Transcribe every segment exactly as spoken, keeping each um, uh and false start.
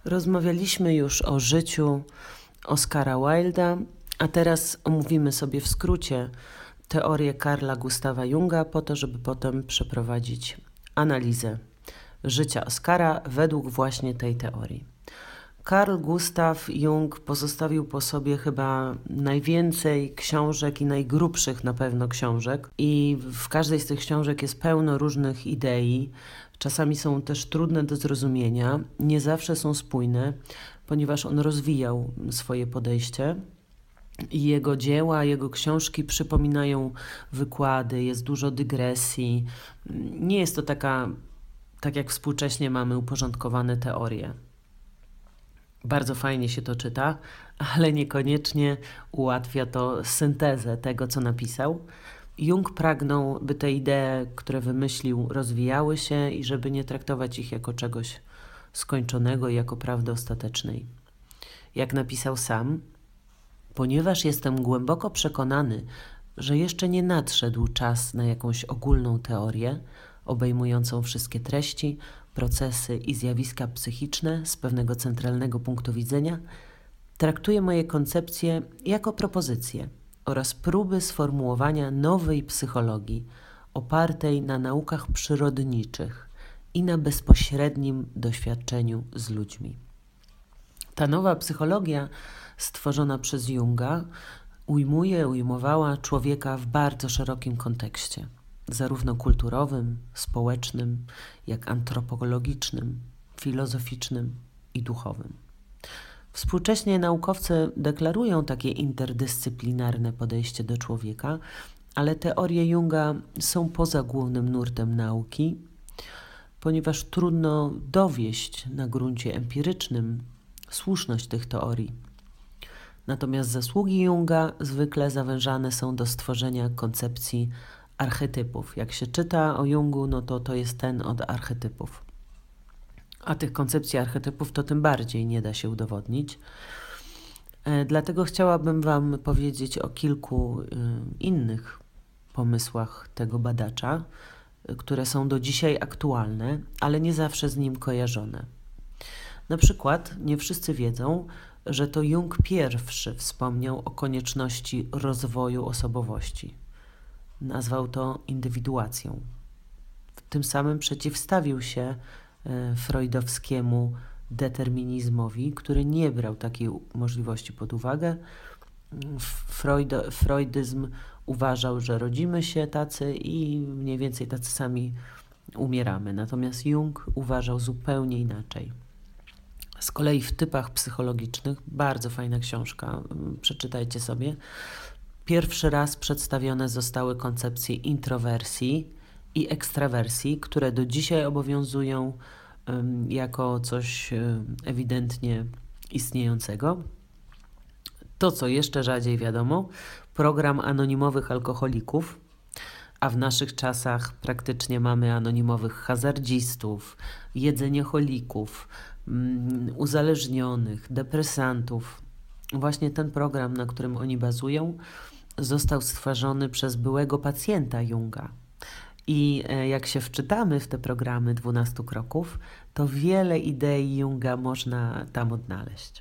Rozmawialiśmy już o życiu Oscara Wilda, a teraz omówimy sobie w skrócie teorię Carla Gustawa Junga po to, żeby potem przeprowadzić analizę życia Oscara według właśnie tej teorii. Carl Gustav Jung pozostawił po sobie chyba najwięcej książek i najgrubszych na pewno książek i w każdej z tych książek jest pełno różnych idei. Czasami są też trudne do zrozumienia, nie zawsze są spójne, ponieważ on rozwijał swoje podejście i jego dzieła, jego książki przypominają wykłady, jest dużo dygresji. Nie jest to taka, tak jak współcześnie mamy uporządkowane teorie. Bardzo fajnie się to czyta, ale niekoniecznie ułatwia to syntezę tego, co napisał. Jung pragnął, by te idee, które wymyślił, rozwijały się i żeby nie traktować ich jako czegoś skończonego i jako prawdy ostatecznej. Jak napisał sam, ponieważ jestem głęboko przekonany, że jeszcze nie nadszedł czas na jakąś ogólną teorię obejmującą wszystkie treści, procesy i zjawiska psychiczne z pewnego centralnego punktu widzenia, traktuję moje koncepcje jako propozycje oraz próby sformułowania nowej psychologii opartej na naukach przyrodniczych i na bezpośrednim doświadczeniu z ludźmi. Ta nowa psychologia stworzona przez Junga ujmuje, ujmowała człowieka w bardzo szerokim kontekście, zarówno kulturowym, społecznym, jak antropologicznym, filozoficznym i duchowym. Współcześnie naukowcy deklarują takie interdyscyplinarne podejście do człowieka, ale teorie Junga są poza głównym nurtem nauki, ponieważ trudno dowieść na gruncie empirycznym słuszność tych teorii. Natomiast zasługi Junga zwykle zawężane są do stworzenia koncepcji archetypów. Jak się czyta o Jungu, no to to jest ten od archetypów. A tych koncepcji archetypów to tym bardziej nie da się udowodnić. E, dlatego chciałabym Wam powiedzieć o kilku y, innych pomysłach tego badacza, y, które są do dzisiaj aktualne, ale nie zawsze z nim kojarzone. Na przykład nie wszyscy wiedzą, że to Jung pierwszy wspomniał o konieczności rozwoju osobowości. Nazwał to indywiduacją. Tym samym przeciwstawił się e, freudowskiemu determinizmowi, który nie brał takiej możliwości pod uwagę. Freud, freudyzm uważał, że rodzimy się tacy i mniej więcej tacy sami umieramy. Natomiast Jung uważał zupełnie inaczej. Z kolei w typach psychologicznych, bardzo fajna książka, przeczytajcie sobie, pierwszy raz przedstawione zostały koncepcje introwersji i ekstrawersji, które do dzisiaj obowiązują um, jako coś um, ewidentnie istniejącego. To, co jeszcze rzadziej wiadomo, program anonimowych alkoholików, a w naszych czasach praktycznie mamy anonimowych hazardzistów, jedzenioholików, um, uzależnionych, depresantów. Właśnie ten program, na którym oni bazują, został stworzony przez byłego pacjenta Junga. I jak się wczytamy w te programy dwunastu kroków, to wiele idei Junga można tam odnaleźć.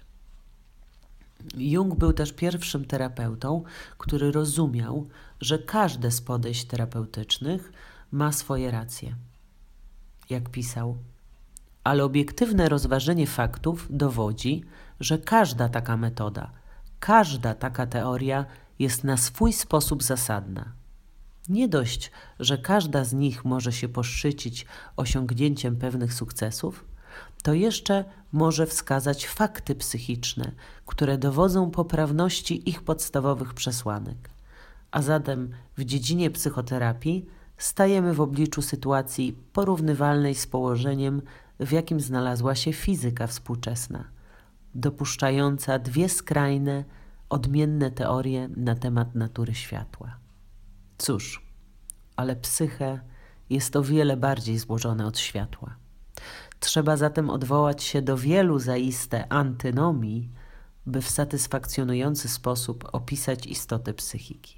Jung był też pierwszym terapeutą, który rozumiał, że każde z podejść terapeutycznych ma swoje racje. Jak pisał, ale obiektywne rozważenie faktów dowodzi, że każda taka metoda, każda taka teoria jest na swój sposób zasadna. Nie dość, że każda z nich może się poszczycić osiągnięciem pewnych sukcesów, to jeszcze może wskazać fakty psychiczne, które dowodzą poprawności ich podstawowych przesłanek. A zatem w dziedzinie psychoterapii stajemy w obliczu sytuacji porównywalnej z położeniem, w jakim znalazła się fizyka współczesna, dopuszczająca dwie skrajne, odmienne teorie na temat natury światła. Cóż, ale psyche jest o wiele bardziej złożone od światła. Trzeba zatem odwołać się do wielu zaiste antynomii, by w satysfakcjonujący sposób opisać istotę psychiki.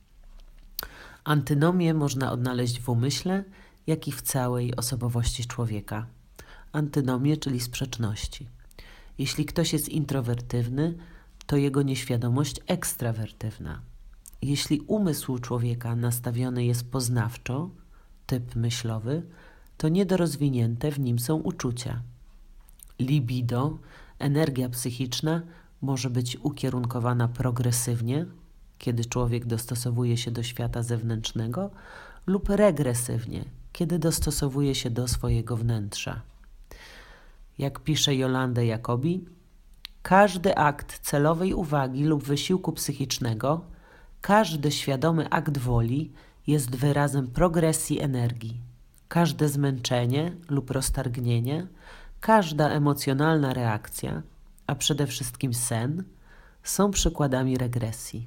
Antynomię można odnaleźć w umyśle, jak i w całej osobowości człowieka. Antynomię, czyli sprzeczności. Jeśli ktoś jest introwertywny, to jego nieświadomość ekstrawertywna. Jeśli umysł człowieka nastawiony jest poznawczo, typ myślowy, to niedorozwinięte w nim są uczucia. Libido, energia psychiczna, może być ukierunkowana progresywnie, kiedy człowiek dostosowuje się do świata zewnętrznego, lub regresywnie, kiedy dostosowuje się do swojego wnętrza. Jak pisze Jolanda Jacobi, każdy akt celowej uwagi lub wysiłku psychicznego, każdy świadomy akt woli jest wyrazem progresji energii. Każde zmęczenie lub roztargnienie, każda emocjonalna reakcja, a przede wszystkim sen, są przykładami regresji.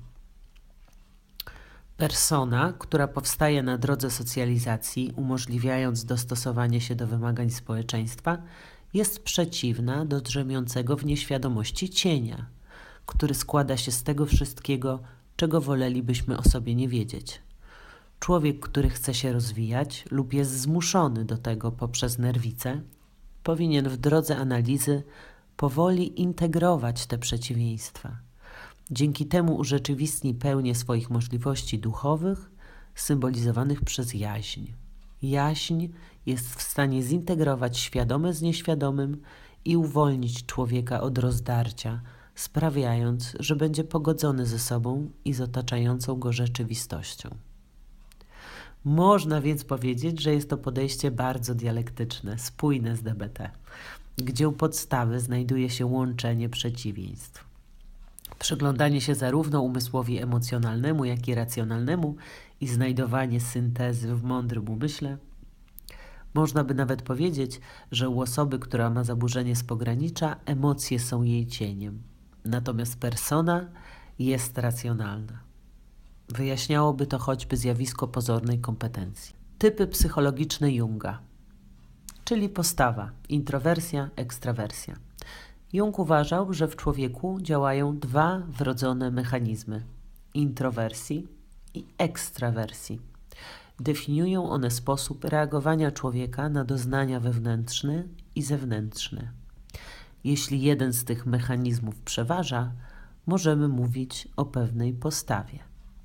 Persona, która powstaje na drodze socjalizacji, umożliwiając dostosowanie się do wymagań społeczeństwa, jest przeciwna do drzemiącego w nieświadomości cienia, który składa się z tego wszystkiego, czego wolelibyśmy o sobie nie wiedzieć. Człowiek, który chce się rozwijać lub jest zmuszony do tego poprzez nerwicę, powinien w drodze analizy powoli integrować te przeciwieństwa. Dzięki temu urzeczywistni pełnię swoich możliwości duchowych, symbolizowanych przez jaźń. Jaźń jest w stanie zintegrować świadome z nieświadomym i uwolnić człowieka od rozdarcia, sprawiając, że będzie pogodzony ze sobą i z otaczającą go rzeczywistością. Można więc powiedzieć, że jest to podejście bardzo dialektyczne, spójne z D B T, gdzie u podstawy znajduje się łączenie przeciwieństw. Przyglądanie się zarówno umysłowi emocjonalnemu, jak i racjonalnemu i znajdowanie syntezy w mądrym umyśle. Można by nawet powiedzieć, że u osoby, która ma zaburzenie z pogranicza, emocje są jej cieniem, natomiast persona jest racjonalna. Wyjaśniałoby to choćby zjawisko pozornej kompetencji. Typy psychologiczne Junga, czyli postawa, introwersja, ekstrawersja. Jung uważał, że w człowieku działają dwa wrodzone mechanizmy – introwersji i ekstrawersji. Definiują one sposób reagowania człowieka na doznania wewnętrzne i zewnętrzne. Jeśli jeden z tych mechanizmów przeważa, możemy mówić o pewnej postawie.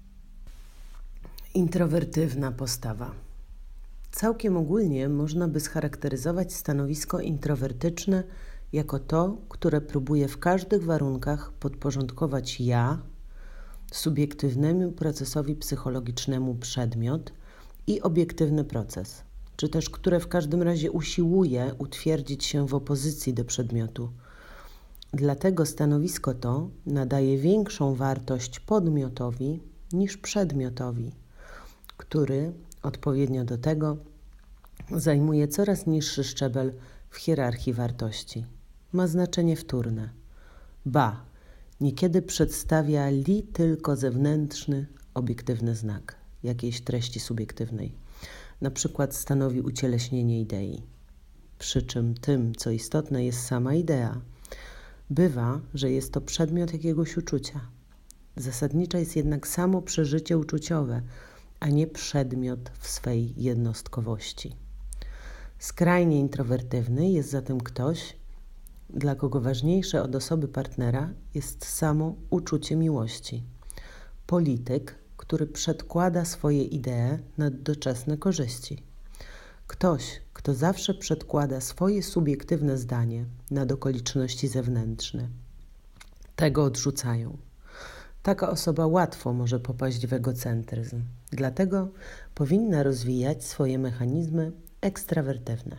Introwertywna postawa. Całkiem ogólnie można by scharakteryzować stanowisko introwertyczne jako to, które próbuje w każdych warunkach podporządkować ja subiektywnemu procesowi psychologicznemu przedmiot i obiektywny proces, czy też które w każdym razie usiłuje utwierdzić się w opozycji do przedmiotu. Dlatego stanowisko to nadaje większą wartość podmiotowi niż przedmiotowi, który odpowiednio do tego zajmuje coraz niższy szczebel w hierarchii wartości. Ma znaczenie wtórne. Ba, niekiedy przedstawia li tylko zewnętrzny, obiektywny znak jakiejś treści subiektywnej. Na przykład stanowi ucieleśnienie idei. Przy czym tym, co istotne, jest sama idea. Bywa, że jest to przedmiot jakiegoś uczucia. Zasadnicza jest jednak samo przeżycie uczuciowe, a nie przedmiot w swej jednostkowości. Skrajnie introwertywny jest zatem ktoś, dla kogo ważniejsze od osoby partnera jest samo uczucie miłości. Polityk, który przedkłada swoje idee nad doczesne korzyści. Ktoś, kto zawsze przedkłada swoje subiektywne zdanie nad okoliczności zewnętrzne. Tego odrzucają. Taka osoba łatwo może popaść w egocentryzm. Dlatego powinna rozwijać swoje mechanizmy ekstrawertywne.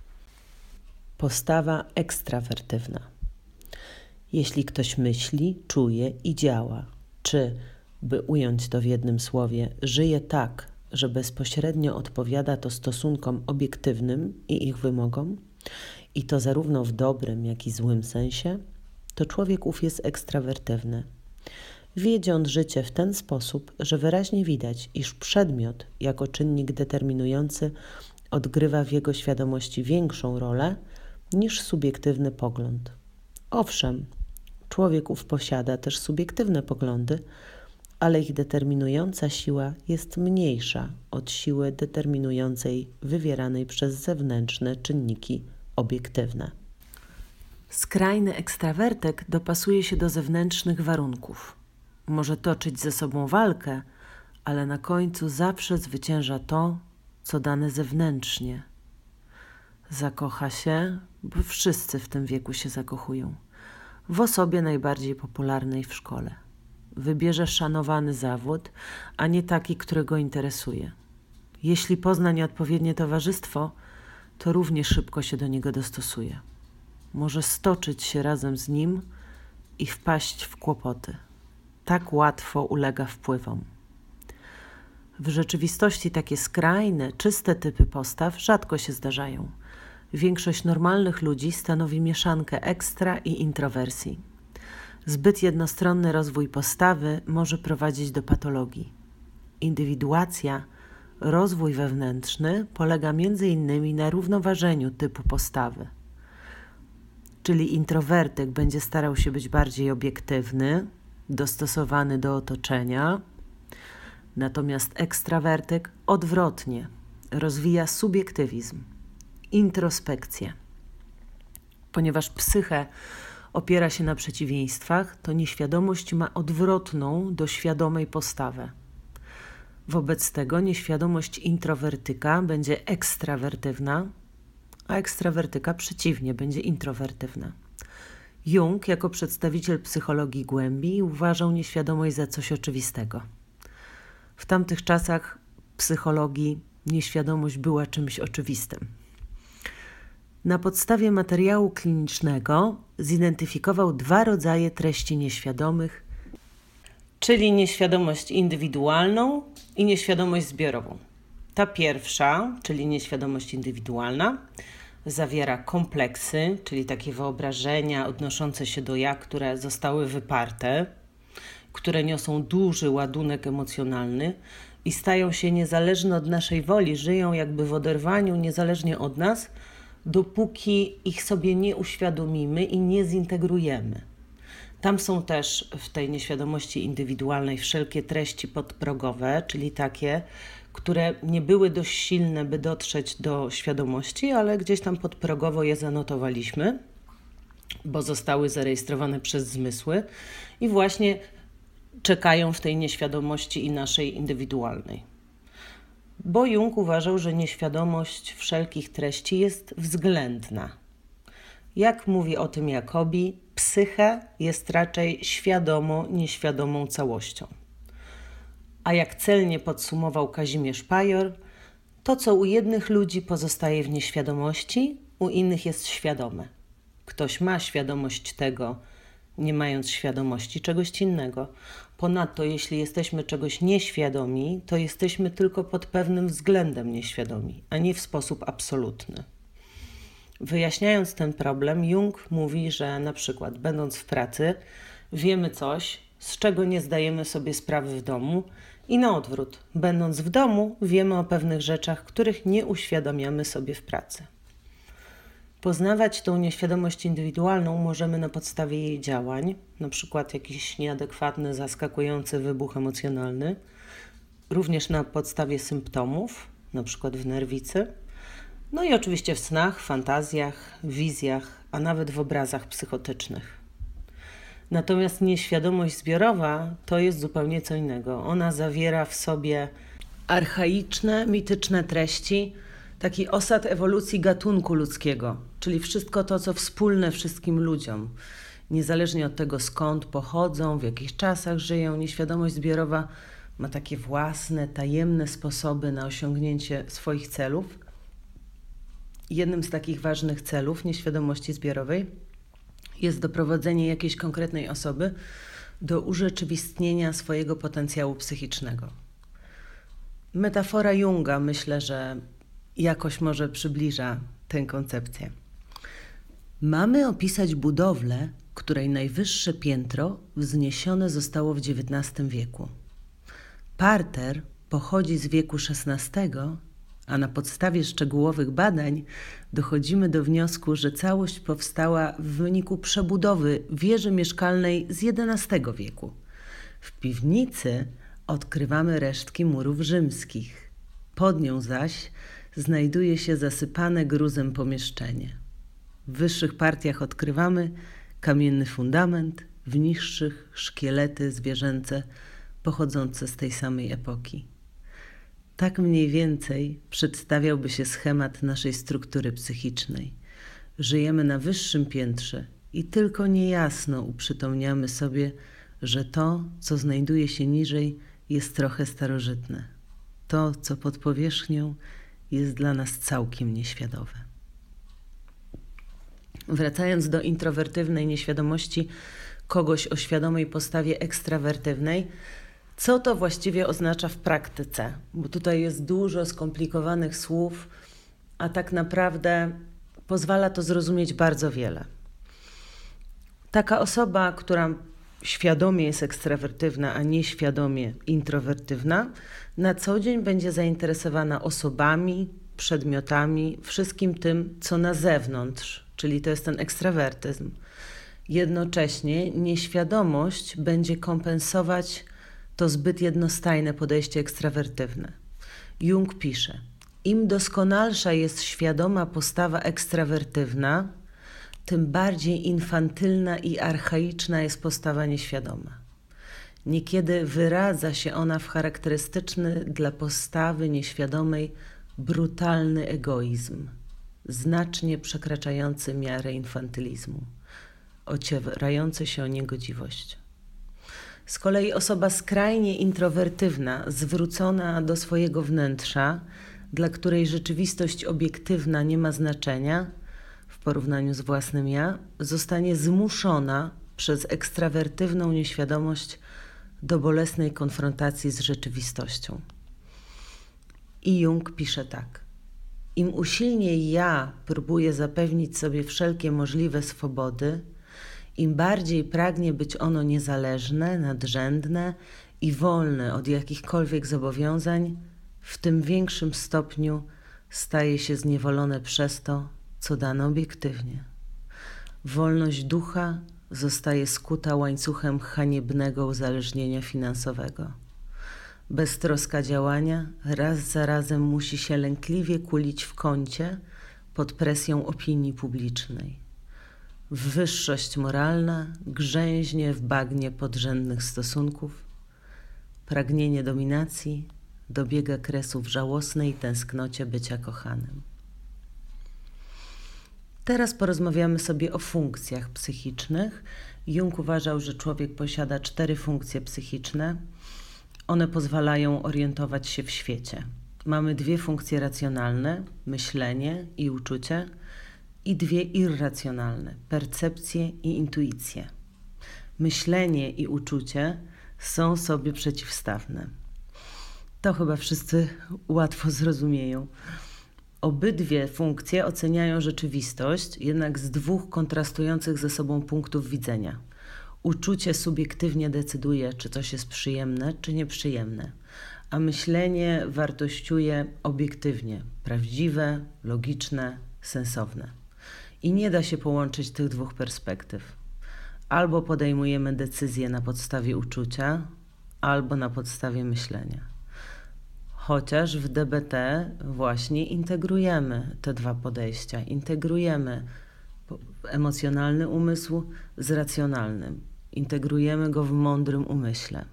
Postawa ekstrawertywna. Jeśli ktoś myśli, czuje i działa, czy, by ująć to w jednym słowie, żyje tak, że bezpośrednio odpowiada to stosunkom obiektywnym i ich wymogom, i to zarówno w dobrym, jak i złym sensie, to człowiek ów jest ekstrawertywny. Wiedzie on życie w ten sposób, że wyraźnie widać, iż przedmiot jako czynnik determinujący odgrywa w jego świadomości większą rolę niż subiektywny pogląd. Owszem, człowiek ów posiada też subiektywne poglądy, ale ich determinująca siła jest mniejsza od siły determinującej wywieranej przez zewnętrzne czynniki obiektywne. Skrajny ekstrawertyk dopasuje się do zewnętrznych warunków. Może toczyć ze sobą walkę, ale na końcu zawsze zwycięża to, co dane zewnętrznie. Zakocha się, bo wszyscy w tym wieku się zakochują, w osobie najbardziej popularnej w szkole. Wybierze szanowany zawód, a nie taki, który go interesuje. Jeśli pozna nieodpowiednie towarzystwo, to równie szybko się do niego dostosuje. Może stoczyć się razem z nim i wpaść w kłopoty. Tak łatwo ulega wpływom. W rzeczywistości takie skrajne, czyste typy postaw rzadko się zdarzają. Większość normalnych ludzi stanowi mieszankę ekstra i introwersji. Zbyt jednostronny rozwój postawy może prowadzić do patologii. Indywiduacja, rozwój wewnętrzny polega między innymi na równoważeniu typu postawy. Czyli introwertyk będzie starał się być bardziej obiektywny, dostosowany do otoczenia, natomiast ekstrawertyk odwrotnie rozwija subiektywizm, introspekcję. Ponieważ psyche opiera się na przeciwieństwach, to nieświadomość ma odwrotną do świadomej postawę. Wobec tego nieświadomość introwertyka będzie ekstrawertywna, a ekstrawertyka przeciwnie, będzie introwertywna. Jung, jako przedstawiciel psychologii głębi, uważał nieświadomość za coś oczywistego. W tamtych czasach psychologii nieświadomość była czymś oczywistym. Na podstawie materiału klinicznego zidentyfikował dwa rodzaje treści nieświadomych, czyli nieświadomość indywidualną i nieświadomość zbiorową. Ta pierwsza, czyli nieświadomość indywidualna, zawiera kompleksy, czyli takie wyobrażenia odnoszące się do ja, które zostały wyparte, które niosą duży ładunek emocjonalny i stają się niezależne od naszej woli, żyją jakby w oderwaniu niezależnie od nas, dopóki ich sobie nie uświadomimy i nie zintegrujemy. Tam są też w tej nieświadomości indywidualnej wszelkie treści podprogowe, czyli takie, które nie były dość silne, by dotrzeć do świadomości, ale gdzieś tam podprogowo je zanotowaliśmy, bo zostały zarejestrowane przez zmysły i właśnie czekają w tej nieświadomości i naszej indywidualnej. Bo Jung uważał, że nieświadomość wszelkich treści jest względna. Jak mówi o tym Jacobi, psyche jest raczej świadomo-nieświadomą całością. A jak celnie podsumował Kazimierz Pajor, to co u jednych ludzi pozostaje w nieświadomości, u innych jest świadome. Ktoś ma świadomość tego, nie mając świadomości czegoś innego. Ponadto, jeśli jesteśmy czegoś nieświadomi, to jesteśmy tylko pod pewnym względem nieświadomi, a nie w sposób absolutny. Wyjaśniając ten problem, Jung mówi, że na przykład będąc w pracy wiemy coś, z czego nie zdajemy sobie sprawy w domu i na odwrót, będąc w domu wiemy o pewnych rzeczach, których nie uświadamiamy sobie w pracy. Poznawać tą nieświadomość indywidualną możemy na podstawie jej działań, na przykład jakiś nieadekwatny, zaskakujący wybuch emocjonalny, również na podstawie symptomów, na przykład w nerwicy, no i oczywiście w snach, fantazjach, wizjach, a nawet w obrazach psychotycznych. Natomiast nieświadomość zbiorowa to jest zupełnie co innego. Ona zawiera w sobie archaiczne, mityczne treści, taki osad ewolucji gatunku ludzkiego, czyli wszystko to, co wspólne wszystkim ludziom. Niezależnie od tego, skąd pochodzą, w jakich czasach żyją, nieświadomość zbiorowa ma takie własne, tajemne sposoby na osiągnięcie swoich celów. Jednym z takich ważnych celów nieświadomości zbiorowej jest doprowadzenie jakiejś konkretnej osoby do urzeczywistnienia swojego potencjału psychicznego. Metafora Junga, myślę, że jakoś może przybliża tę koncepcję. Mamy opisać budowlę, której najwyższe piętro wzniesione zostało w dziewiętnastym wieku. Parter pochodzi z wieku szesnastego, a na podstawie szczegółowych badań dochodzimy do wniosku, że całość powstała w wyniku przebudowy wieży mieszkalnej z jedenastego wieku. W piwnicy odkrywamy resztki murów rzymskich. Pod nią zaś znajduje się zasypane gruzem pomieszczenie. W wyższych partiach odkrywamy kamienny fundament, w niższych szkielety zwierzęce pochodzące z tej samej epoki. Tak mniej więcej przedstawiałby się schemat naszej struktury psychicznej. Żyjemy na wyższym piętrze i tylko niejasno uprzytomniamy sobie, że to, co znajduje się niżej, jest trochę starożytne. To, co pod powierzchnią, jest dla nas całkiem nieświadome. Wracając do introwertywnej nieświadomości kogoś o świadomej postawie ekstrawertywnej, co to właściwie oznacza w praktyce? Bo tutaj jest dużo skomplikowanych słów, a tak naprawdę pozwala to zrozumieć bardzo wiele. Taka osoba, która świadomie jest ekstrawertywna, a nieświadomie introwertywna, na co dzień będzie zainteresowana osobami, przedmiotami, wszystkim tym, co na zewnątrz, czyli to jest ten ekstrawertyzm. Jednocześnie nieświadomość będzie kompensować to zbyt jednostajne podejście ekstrawertywne. Jung pisze, im doskonalsza jest świadoma postawa ekstrawertywna, tym bardziej infantylna i archaiczna jest postawa nieświadoma. Niekiedy wyradza się ona w charakterystyczny dla postawy nieświadomej brutalny egoizm, znacznie przekraczający miarę infantylizmu, ocierający się o niegodziwość. Z kolei osoba skrajnie introwertywna, zwrócona do swojego wnętrza, dla której rzeczywistość obiektywna nie ma znaczenia w porównaniu z własnym ja, zostanie zmuszona przez ekstrawertywną nieświadomość do bolesnej konfrontacji z rzeczywistością. I Jung pisze tak. Im usilniej ja próbuję zapewnić sobie wszelkie możliwe swobody, im bardziej pragnie być ono niezależne, nadrzędne i wolne od jakichkolwiek zobowiązań, w tym większym stopniu staje się zniewolone przez to, co dane obiektywnie. Wolność ducha zostaje skuta łańcuchem haniebnego uzależnienia finansowego. Beztroska działania raz za razem musi się lękliwie kulić w kącie pod presją opinii publicznej. Wyższość moralna grzęźnie w bagnie podrzędnych stosunków. Pragnienie dominacji dobiega kresu w żałosnej tęsknocie bycia kochanym. Teraz porozmawiamy sobie o funkcjach psychicznych. Jung uważał, że człowiek posiada cztery funkcje psychiczne. One pozwalają orientować się w świecie. Mamy dwie funkcje racjonalne, myślenie i uczucie, i dwie irracjonalne, percepcję i intuicję. Myślenie i uczucie są sobie przeciwstawne. To chyba wszyscy łatwo zrozumieją. Obydwie funkcje oceniają rzeczywistość, jednak z dwóch kontrastujących ze sobą punktów widzenia. Uczucie subiektywnie decyduje, czy coś jest przyjemne, czy nieprzyjemne, a myślenie wartościuje obiektywnie, prawdziwe, logiczne, sensowne. I nie da się połączyć tych dwóch perspektyw. Albo podejmujemy decyzje na podstawie uczucia, albo na podstawie myślenia. Chociaż w D B T właśnie integrujemy te dwa podejścia. Integrujemy emocjonalny umysł z racjonalnym. Integrujemy go w mądrym umyśle.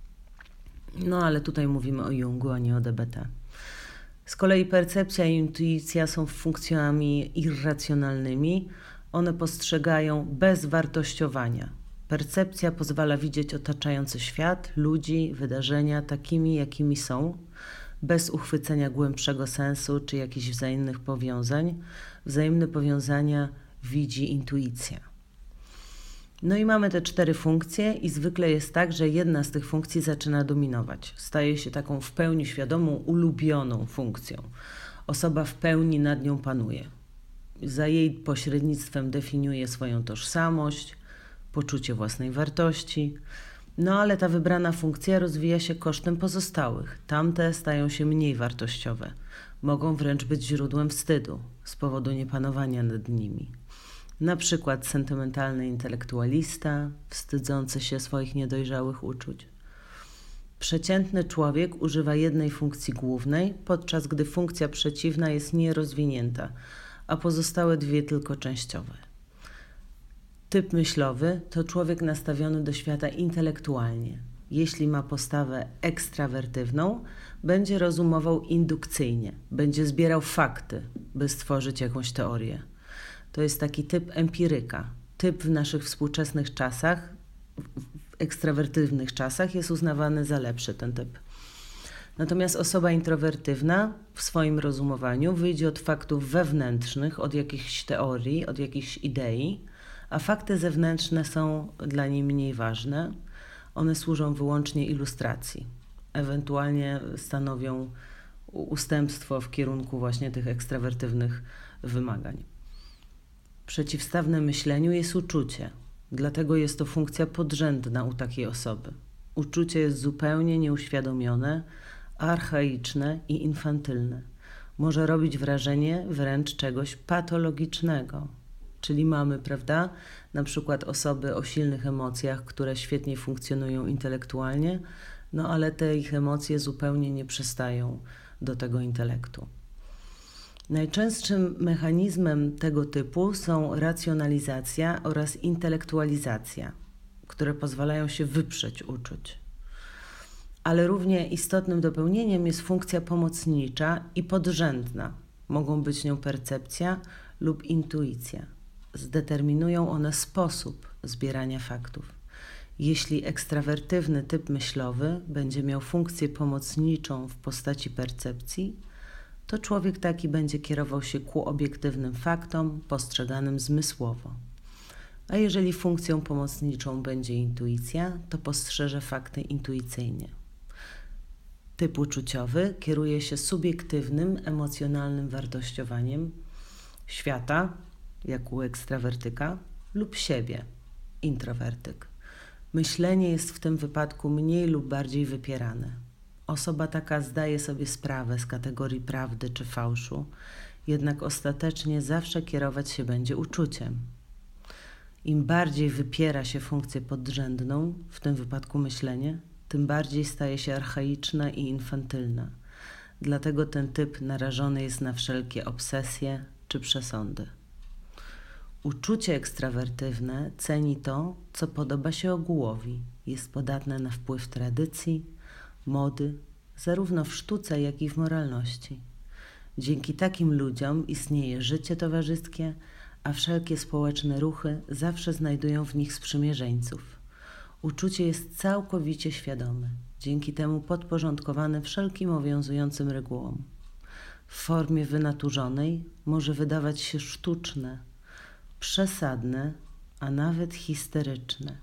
No ale tutaj mówimy o Jungu, a nie o D B T. Z kolei percepcja i intuicja są funkcjami irracjonalnymi. One postrzegają bez wartościowania. Percepcja pozwala widzieć otaczający świat, ludzi, wydarzenia takimi, jakimi są, bez uchwycenia głębszego sensu czy jakichś wzajemnych powiązań. Wzajemne powiązania widzi intuicja. No i mamy te cztery funkcje i zwykle jest tak, że jedna z tych funkcji zaczyna dominować. Staje się taką w pełni świadomą, ulubioną funkcją. Osoba w pełni nad nią panuje. Za jej pośrednictwem definiuje swoją tożsamość, poczucie własnej wartości. No ale ta wybrana funkcja rozwija się kosztem pozostałych. Tamte stają się mniej wartościowe. Mogą wręcz być źródłem wstydu z powodu niepanowania nad nimi. Na przykład sentymentalny intelektualista, wstydzący się swoich niedojrzałych uczuć. Przeciętny człowiek używa jednej funkcji głównej, podczas gdy funkcja przeciwna jest nierozwinięta, a pozostałe dwie tylko częściowe. Typ myślowy to człowiek nastawiony do świata intelektualnie. Jeśli ma postawę ekstrawertywną, będzie rozumował indukcyjnie, będzie zbierał fakty, by stworzyć jakąś teorię. To jest taki typ empiryka. Typ w naszych współczesnych czasach, w ekstrawertywnych czasach jest uznawany za lepszy ten typ. Natomiast osoba introwertywna w swoim rozumowaniu wyjdzie od faktów wewnętrznych, od jakichś teorii, od jakichś idei, a fakty zewnętrzne są dla niej mniej ważne. One służą wyłącznie ilustracji, ewentualnie stanowią ustępstwo w kierunku właśnie tych ekstrawertywnych wymagań. Przeciwstawne myśleniu jest uczucie, dlatego jest to funkcja podrzędna u takiej osoby. Uczucie jest zupełnie nieuświadomione, archaiczne i infantylne. Może robić wrażenie wręcz czegoś patologicznego. Czyli mamy, prawda, na przykład osoby o silnych emocjach, które świetnie funkcjonują intelektualnie, no ale te ich emocje zupełnie nie przystają do tego intelektu. Najczęstszym mechanizmem tego typu są racjonalizacja oraz intelektualizacja, które pozwalają się wyprzeć uczuć. Ale równie istotnym dopełnieniem jest funkcja pomocnicza i podrzędna. Mogą być nią percepcja lub intuicja. Zdeterminują one sposób zbierania faktów. Jeśli ekstrawertywny typ myślowy będzie miał funkcję pomocniczą w postaci percepcji, to człowiek taki będzie kierował się ku obiektywnym faktom postrzeganym zmysłowo. A jeżeli funkcją pomocniczą będzie intuicja, to postrzeże fakty intuicyjnie. Typ uczuciowy kieruje się subiektywnym, emocjonalnym wartościowaniem świata, jak u ekstrawertyka, lub siebie, introwertyk. Myślenie jest w tym wypadku mniej lub bardziej wypierane. Osoba taka zdaje sobie sprawę z kategorii prawdy czy fałszu, jednak ostatecznie zawsze kierować się będzie uczuciem. Im bardziej wypiera się funkcję podrzędną, w tym wypadku myślenie, tym bardziej staje się archaiczna i infantylna. Dlatego ten typ narażony jest na wszelkie obsesje czy przesądy. Uczucie ekstrawertywne ceni to, co podoba się ogółowi. Jest podatne na wpływ tradycji, mody, zarówno w sztuce, jak i w moralności. Dzięki takim ludziom istnieje życie towarzyskie, a wszelkie społeczne ruchy zawsze znajdują w nich sprzymierzeńców. Uczucie jest całkowicie świadome, dzięki temu podporządkowane wszelkim obowiązującym regułom. W formie wynaturzonej może wydawać się sztuczne, przesadne, a nawet histeryczne.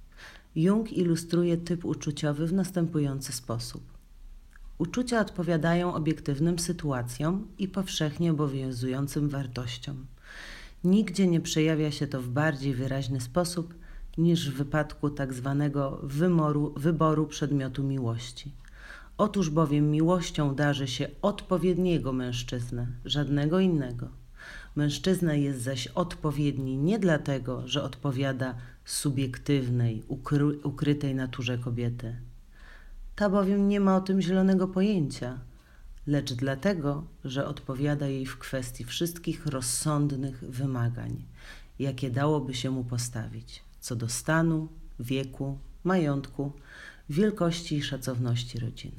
Jung ilustruje typ uczuciowy w następujący sposób. Uczucia odpowiadają obiektywnym sytuacjom i powszechnie obowiązującym wartościom. Nigdzie nie przejawia się to w bardziej wyraźny sposób niż w wypadku tak zwanego wymoru, wyboru przedmiotu miłości. Otóż bowiem miłością darzy się odpowiedniego mężczyznę, żadnego innego. Mężczyzna jest zaś odpowiedni nie dlatego, że odpowiada subiektywnej, ukry- ukrytej naturze kobiety. Ta bowiem nie ma o tym zielonego pojęcia, lecz dlatego, że odpowiada jej w kwestii wszystkich rozsądnych wymagań, jakie dałoby się mu postawić, co do stanu, wieku, majątku, wielkości i szacowności rodziny.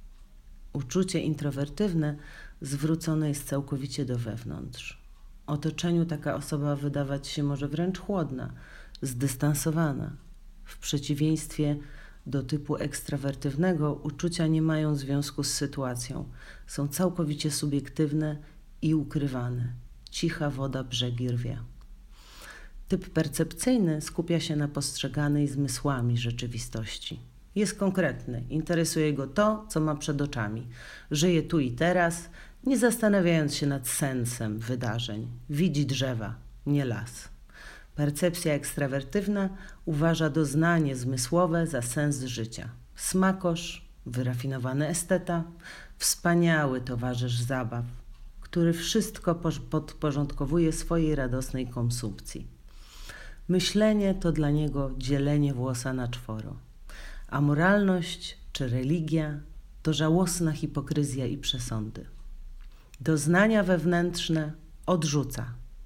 Uczucie introwertywne zwrócone jest całkowicie do wewnątrz. Otoczeniu taka osoba wydawać się może wręcz chłodna, zdystansowana. W przeciwieństwie do typu ekstrawertywnego uczucia nie mają związku z sytuacją, są całkowicie subiektywne i ukrywane. Cicha woda brzegi rwie. Typ percepcyjny skupia się na postrzeganej zmysłami rzeczywistości. Jest konkretny, interesuje go to, co ma przed oczami. Żyje tu i teraz, nie zastanawiając się nad sensem wydarzeń. Widzi drzewa, nie las. Percepcja ekstrawertywna uważa doznanie zmysłowe za sens życia. Smakosz, wyrafinowany esteta, wspaniały towarzysz zabaw, który wszystko podporządkowuje swojej radosnej konsumpcji. Myślenie to dla niego dzielenie włosa na czworo, a moralność czy religia to żałosna hipokryzja i przesądy. Doznania wewnętrzne odrzuca.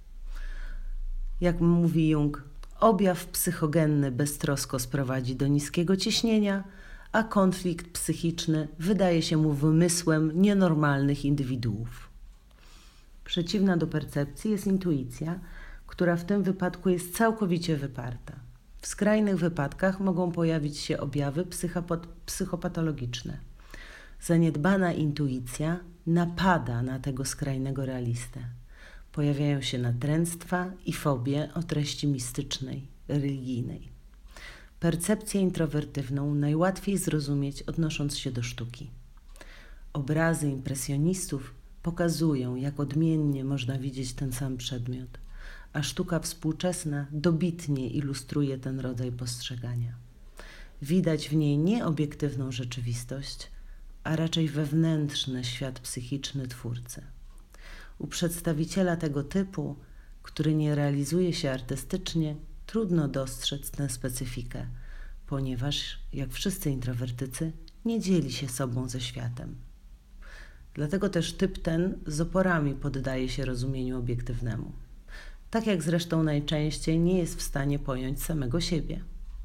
Jak mówi Jung, objaw psychogenny beztrosko sprowadzi do niskiego ciśnienia, a konflikt psychiczny wydaje się mu wymysłem nienormalnych indywiduów. Przeciwna do percepcji jest intuicja, która w tym wypadku jest całkowicie wyparta. W skrajnych wypadkach mogą pojawić się objawy psychopatologiczne. Zaniedbana intuicja napada na tego skrajnego realistę. Pojawiają się natręctwa i fobie o treści mistycznej, religijnej. Percepcję introwertywną najłatwiej zrozumieć odnosząc się do sztuki. Obrazy impresjonistów pokazują, jak odmiennie można widzieć ten sam przedmiot, a sztuka współczesna dobitnie ilustruje ten rodzaj postrzegania. Widać w niej nie obiektywną rzeczywistość, a raczej wewnętrzny świat psychiczny twórcy. U przedstawiciela tego typu, który nie realizuje się artystycznie, trudno dostrzec tę specyfikę, ponieważ, jak wszyscy introwertycy, nie dzieli się sobą ze światem. Dlatego też typ ten z oporami poddaje się rozumieniu obiektywnemu. Tak jak zresztą najczęściej nie jest w stanie pojąć samego siebie.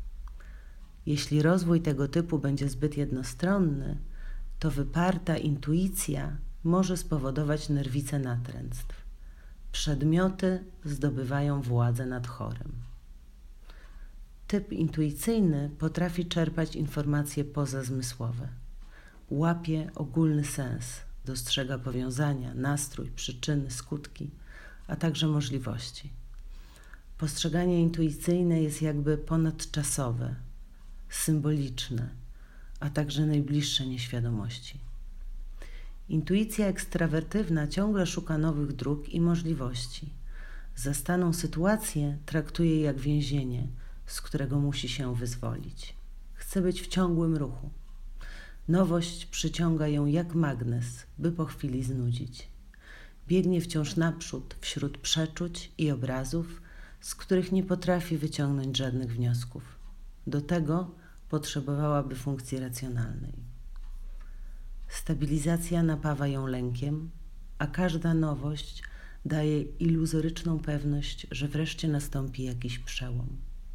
Jeśli rozwój tego typu będzie zbyt jednostronny, to wyparta intuicja może spowodować nerwicę natręctw. Przedmioty zdobywają władzę nad chorym. Typ intuicyjny potrafi czerpać informacje pozazmysłowe. Łapie ogólny sens, dostrzega powiązania, nastrój, przyczyny, skutki, a także możliwości. Postrzeganie intuicyjne jest jakby ponadczasowe, symboliczne, a także najbliższe nieświadomości. Intuicja ekstrawertywna ciągle szuka nowych dróg i możliwości. Zastaną sytuację traktuje jak więzienie, z którego musi się wyzwolić. Chce być w ciągłym ruchu. Nowość przyciąga ją jak magnes, by po chwili znudzić. Biegnie wciąż naprzód wśród przeczuć i obrazów, z których nie potrafi wyciągnąć żadnych wniosków. Do tego potrzebowałaby funkcji racjonalnej. Stabilizacja napawa ją lękiem, a każda nowość daje iluzoryczną pewność, że wreszcie nastąpi jakiś przełom.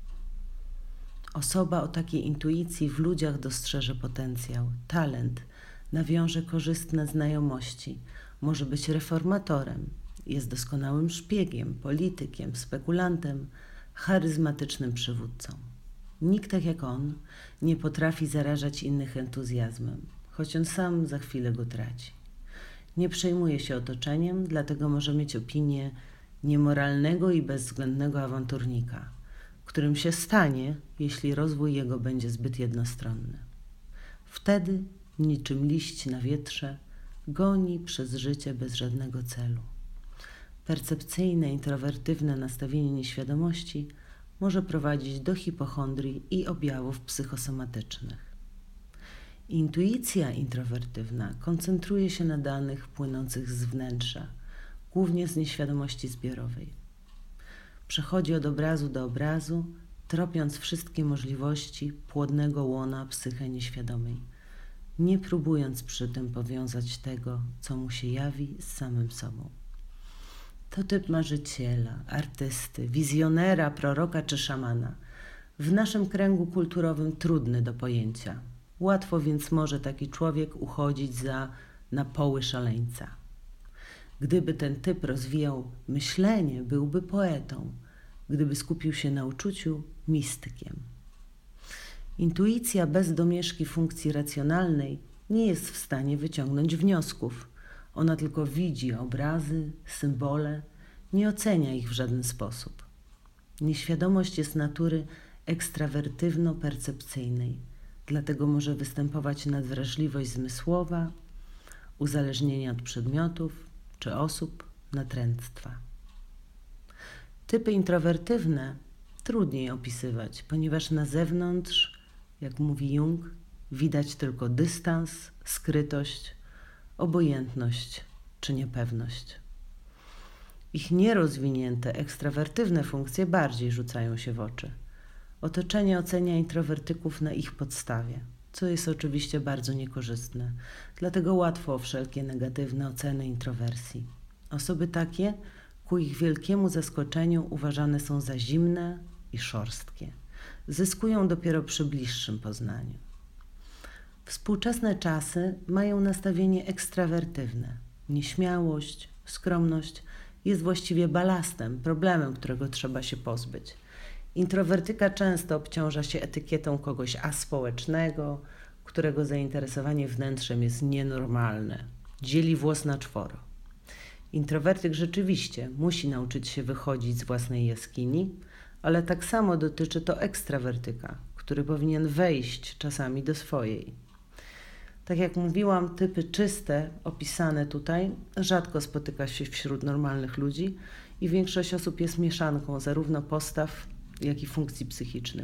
Osoba o takiej intuicji w ludziach dostrzeże potencjał, talent, nawiąże korzystne znajomości, może być reformatorem, jest doskonałym szpiegiem, politykiem, spekulantem, charyzmatycznym przywódcą. Nikt tak jak on nie potrafi zarażać innych entuzjazmem, choć on sam za chwilę go traci. Nie przejmuje się otoczeniem, dlatego może mieć opinię niemoralnego i bezwzględnego awanturnika, którym się stanie, jeśli rozwój jego będzie zbyt jednostronny. Wtedy, niczym liść na wietrze, goni przez życie bez żadnego celu. Percepcyjne, introwertywne nastawienie nieświadomości może prowadzić do hipochondrii i objawów psychosomatycznych. Intuicja introwertywna koncentruje się na danych płynących z wnętrza, głównie z nieświadomości zbiorowej. Przechodzi od obrazu do obrazu, tropiąc wszystkie możliwości płodnego łona psyche nieświadomej, nie próbując przy tym powiązać tego, co mu się jawi, z samym sobą. To typ marzyciela, artysty, wizjonera, proroka czy szamana. W naszym kręgu kulturowym trudny do pojęcia. Łatwo więc może taki człowiek uchodzić za napoły szaleńca. Gdyby ten typ rozwijał myślenie, byłby poetą. Gdyby skupił się na uczuciu, mistykiem. Intuicja bez domieszki funkcji racjonalnej nie jest w stanie wyciągnąć wniosków. Ona tylko widzi obrazy, symbole, nie ocenia ich w żaden sposób. Nieświadomość jest natury ekstrawertywno-percepcyjnej, dlatego może występować nadwrażliwość zmysłowa, uzależnienie od przedmiotów czy osób, natręctwa. Typy introwertywne trudniej opisywać, ponieważ na zewnątrz, jak mówi Jung, widać tylko dystans, skrytość, obojętność czy niepewność. Ich nierozwinięte, ekstrawertywne funkcje bardziej rzucają się w oczy. Otoczenie ocenia introwertyków na ich podstawie, co jest oczywiście bardzo niekorzystne, dlatego łatwo o wszelkie negatywne oceny introwersji. Osoby takie ku ich wielkiemu zaskoczeniu uważane są za zimne i szorstkie. Zyskują dopiero przy bliższym poznaniu. Współczesne czasy mają nastawienie ekstrawertywne. Nieśmiałość, skromność jest właściwie balastem, problemem, którego trzeba się pozbyć. Introwertyka często obciąża się etykietą kogoś aspołecznego, którego zainteresowanie wnętrzem jest nienormalne, dzieli włos na czworo. Introwertyk rzeczywiście musi nauczyć się wychodzić z własnej jaskini, ale tak samo dotyczy to ekstrawertyka, który powinien wejść czasami do swojej. Tak jak mówiłam, typy czyste, opisane tutaj, rzadko spotyka się wśród normalnych ludzi i większość osób jest mieszanką zarówno postaw, jak i funkcji psychicznych.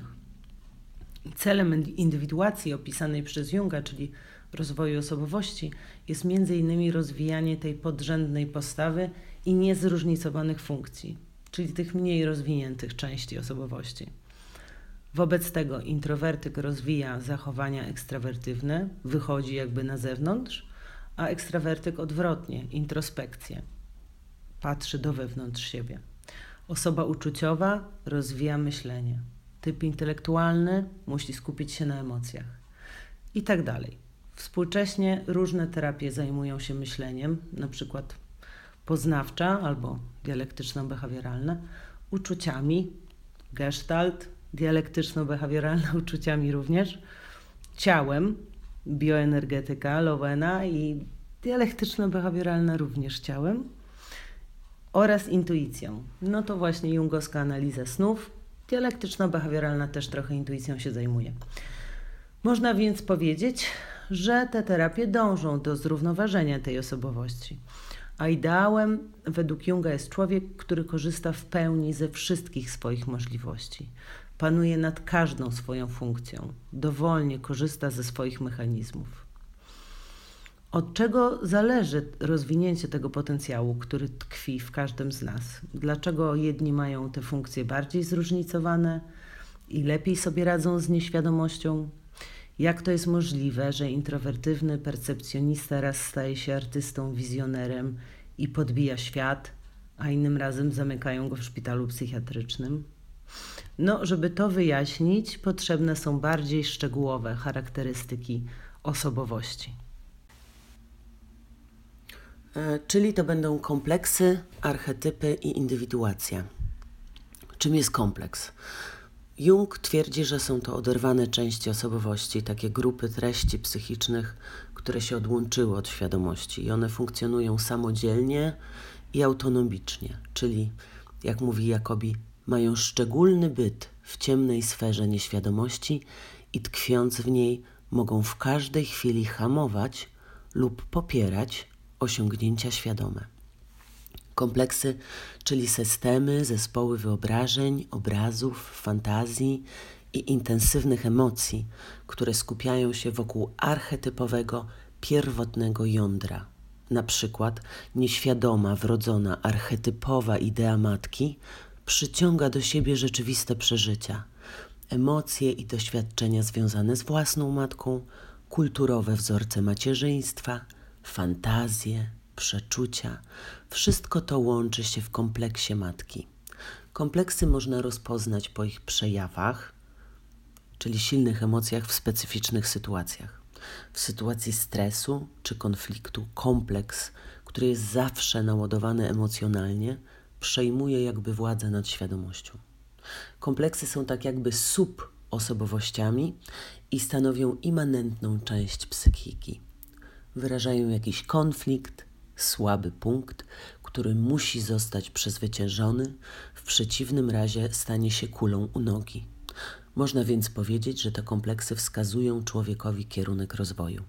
Celem indywiduacji opisanej przez Junga, czyli rozwoju osobowości, jest między innymi rozwijanie tej podrzędnej postawy i niezróżnicowanych funkcji, czyli tych mniej rozwiniętych części osobowości. Wobec tego introwertyk rozwija zachowania ekstrawertywne, wychodzi jakby na zewnątrz, a ekstrawertyk odwrotnie, introspekcję, patrzy do wewnątrz siebie. Osoba uczuciowa rozwija myślenie. Typ intelektualny musi skupić się na emocjach i tak dalej. Współcześnie różne terapie zajmują się myśleniem, na przykład poznawcza albo dialektyczno-behawioralna, uczuciami, gestalt, dialektyczno-behawioralna uczuciami również, ciałem, bioenergetyka Lowena i dialektyczno-behawioralna również ciałem oraz intuicją. No to właśnie jungowska analiza snów, dialektyczno-behawioralna też trochę intuicją się zajmuje. Można więc powiedzieć, że te terapie dążą do zrównoważenia tej osobowości. A ideałem według Junga jest człowiek, który korzysta w pełni ze wszystkich swoich możliwości. Panuje nad każdą swoją funkcją. Dowolnie korzysta ze swoich mechanizmów. Od czego zależy rozwinięcie tego potencjału, który tkwi w każdym z nas? Dlaczego jedni mają te funkcje bardziej zróżnicowane i lepiej sobie radzą z nieświadomością? Jak to jest możliwe, że introwertywny percepcjonista raz staje się artystą, wizjonerem i podbija świat, a innym razem zamykają go w szpitalu psychiatrycznym? No, żeby to wyjaśnić, potrzebne są bardziej szczegółowe charakterystyki osobowości. E, czyli to będą kompleksy, archetypy i indywiduacja. Czym jest kompleks? Jung twierdzi, że są to oderwane części osobowości, takie grupy treści psychicznych, które się odłączyły od świadomości i one funkcjonują samodzielnie i autonomicznie, czyli, jak mówi Jacobi, mają szczególny byt w ciemnej sferze nieświadomości i tkwiąc w niej mogą w każdej chwili hamować lub popierać osiągnięcia świadome. Kompleksy, czyli systemy, zespoły wyobrażeń, obrazów, fantazji i intensywnych emocji, które skupiają się wokół archetypowego, pierwotnego jądra. Na przykład nieświadoma, wrodzona, archetypowa idea matki przyciąga do siebie rzeczywiste przeżycia, emocje i doświadczenia związane z własną matką, kulturowe wzorce macierzyństwa, fantazje, przeczucia. Wszystko to łączy się w kompleksie matki. Kompleksy można rozpoznać po ich przejawach, czyli silnych emocjach w specyficznych sytuacjach. W sytuacji stresu czy konfliktu kompleks, który jest zawsze naładowany emocjonalnie, przejmuje jakby władzę nad świadomością. Kompleksy są tak jakby subosobowościami i stanowią immanentną część psychiki. Wyrażają jakiś konflikt, słaby punkt, który musi zostać przezwyciężony, w przeciwnym razie stanie się kulą u nogi. Można więc powiedzieć, że te kompleksy wskazują człowiekowi kierunek rozwoju.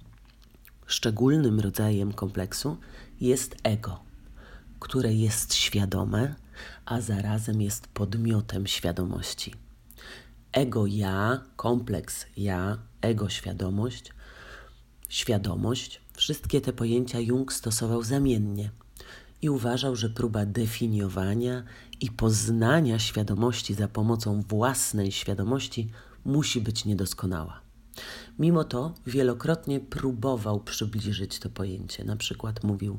Szczególnym rodzajem kompleksu jest ego, które jest świadome, a zarazem jest podmiotem świadomości. Ego ja, kompleks ja, ego świadomość, świadomość, wszystkie te pojęcia Jung stosował zamiennie i uważał, że próba definiowania i poznania świadomości za pomocą własnej świadomości musi być niedoskonała. Mimo to wielokrotnie próbował przybliżyć to pojęcie. Na przykład mówił: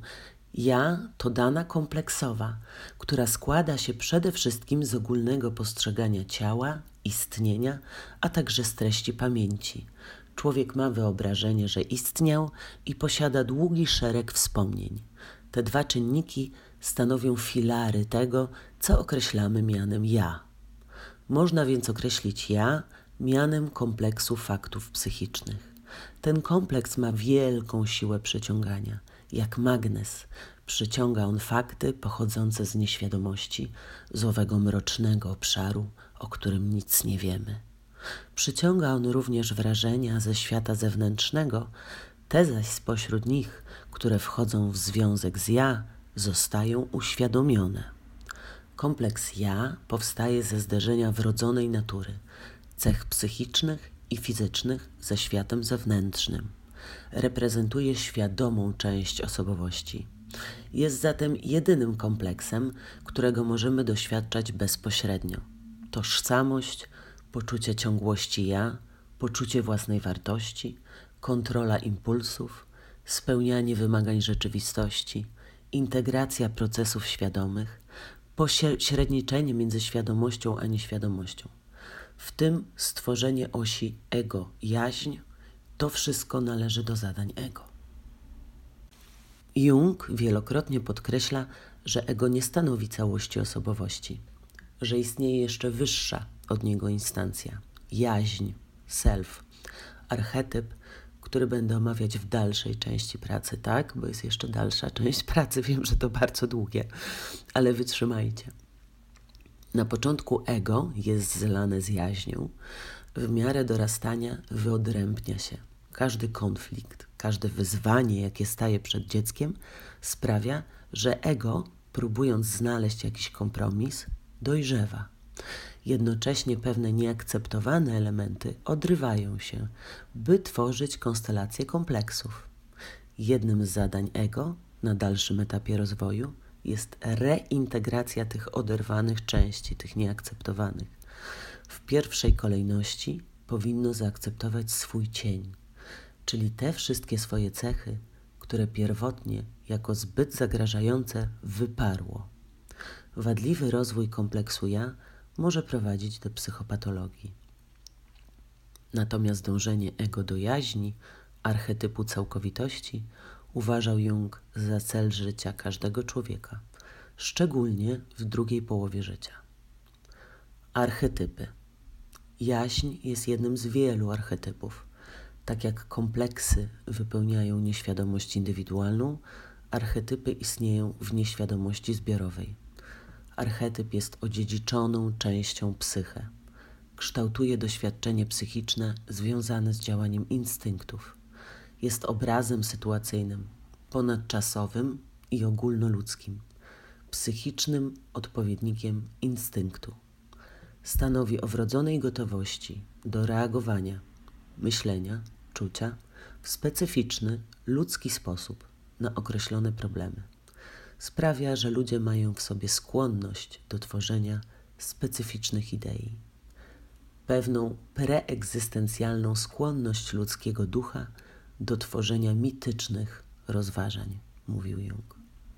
Ja to dana kompleksowa, która składa się przede wszystkim z ogólnego postrzegania ciała, istnienia, a także z treści pamięci. Człowiek ma wyobrażenie, że istniał i posiada długi szereg wspomnień. Te dwa czynniki stanowią filary tego, co określamy mianem ja. Można więc określić ja mianem kompleksu faktów psychicznych. Ten kompleks ma wielką siłę przyciągania. Jak magnes przyciąga on fakty pochodzące z nieświadomości, z owego mrocznego obszaru, o którym nic nie wiemy. Przyciąga on również wrażenia ze świata zewnętrznego, te zaś spośród nich, które wchodzą w związek z ja, zostają uświadomione. Kompleks ja powstaje ze zderzenia wrodzonej natury, cech psychicznych i fizycznych ze światem zewnętrznym. Reprezentuje świadomą część osobowości. Jest zatem jedynym kompleksem, którego możemy doświadczać bezpośrednio. Tożsamość, poczucie ciągłości ja, poczucie własnej wartości, kontrola impulsów, spełnianie wymagań rzeczywistości, integracja procesów świadomych, pośredniczenie między świadomością a nieświadomością. W tym stworzenie osi ego-jaźń, to wszystko należy do zadań ego. Jung wielokrotnie podkreśla, że ego nie stanowi całości osobowości, że istnieje jeszcze wyższa od niego instancja, jaźń, self, archetyp, który będę omawiać w dalszej części pracy, tak? Bo jest jeszcze dalsza część pracy, wiem, że to bardzo długie, ale wytrzymajcie. Na początku ego jest zlane z jaźnią, w miarę dorastania wyodrębnia się. Każdy konflikt, każde wyzwanie, jakie staje przed dzieckiem, sprawia, że ego, próbując znaleźć jakiś kompromis, dojrzewa. Jednocześnie pewne nieakceptowane elementy odrywają się, by tworzyć konstelację kompleksów. Jednym z zadań ego na dalszym etapie rozwoju jest reintegracja tych oderwanych części, tych nieakceptowanych. W pierwszej kolejności powinno zaakceptować swój cień, czyli te wszystkie swoje cechy, które pierwotnie jako zbyt zagrażające wyparło. Wadliwy rozwój kompleksu ja może prowadzić do psychopatologii. Natomiast dążenie ego do jaźni, archetypu całkowitości, uważał Jung za cel życia każdego człowieka, szczególnie w drugiej połowie życia. Archetypy. Jaźń jest jednym z wielu archetypów. Tak jak kompleksy wypełniają nieświadomość indywidualną, archetypy istnieją w nieświadomości zbiorowej. Archetyp jest odziedziczoną częścią psyche. Kształtuje doświadczenie psychiczne związane z działaniem instynktów. Jest obrazem sytuacyjnym, ponadczasowym i ogólnoludzkim, psychicznym odpowiednikiem instynktu. Stanowi o wrodzonej gotowości do reagowania, myślenia, czucia w specyficzny, ludzki sposób na określone problemy. Sprawia, że ludzie mają w sobie skłonność do tworzenia specyficznych idei. Pewną preegzystencjalną skłonność ludzkiego ducha do tworzenia mitycznych rozważań, mówił Jung.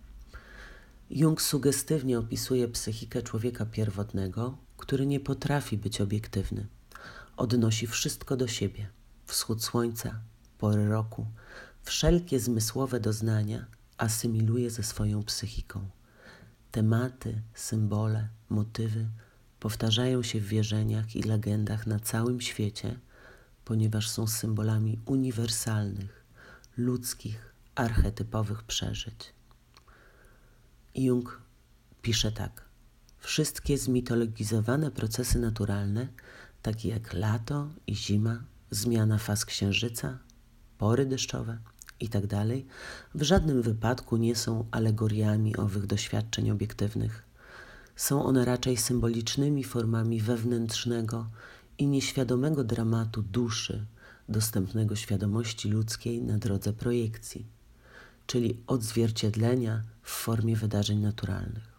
Jung sugestywnie opisuje psychikę człowieka pierwotnego, który nie potrafi być obiektywny. Odnosi wszystko do siebie. Wschód słońca, pory roku, wszelkie zmysłowe doznania asymiluje ze swoją psychiką. Tematy, symbole, motywy powtarzają się w wierzeniach i legendach na całym świecie, ponieważ są symbolami uniwersalnych, ludzkich, archetypowych przeżyć. Jung pisze tak. Wszystkie zmitologizowane procesy naturalne, takie jak lato i zima, zmiana faz księżyca, pory deszczowe itd., w żadnym wypadku nie są alegoriami owych doświadczeń obiektywnych. Są one raczej symbolicznymi formami wewnętrznego i nieświadomego dramatu duszy, dostępnego świadomości ludzkiej na drodze projekcji, czyli odzwierciedlenia w formie wydarzeń naturalnych.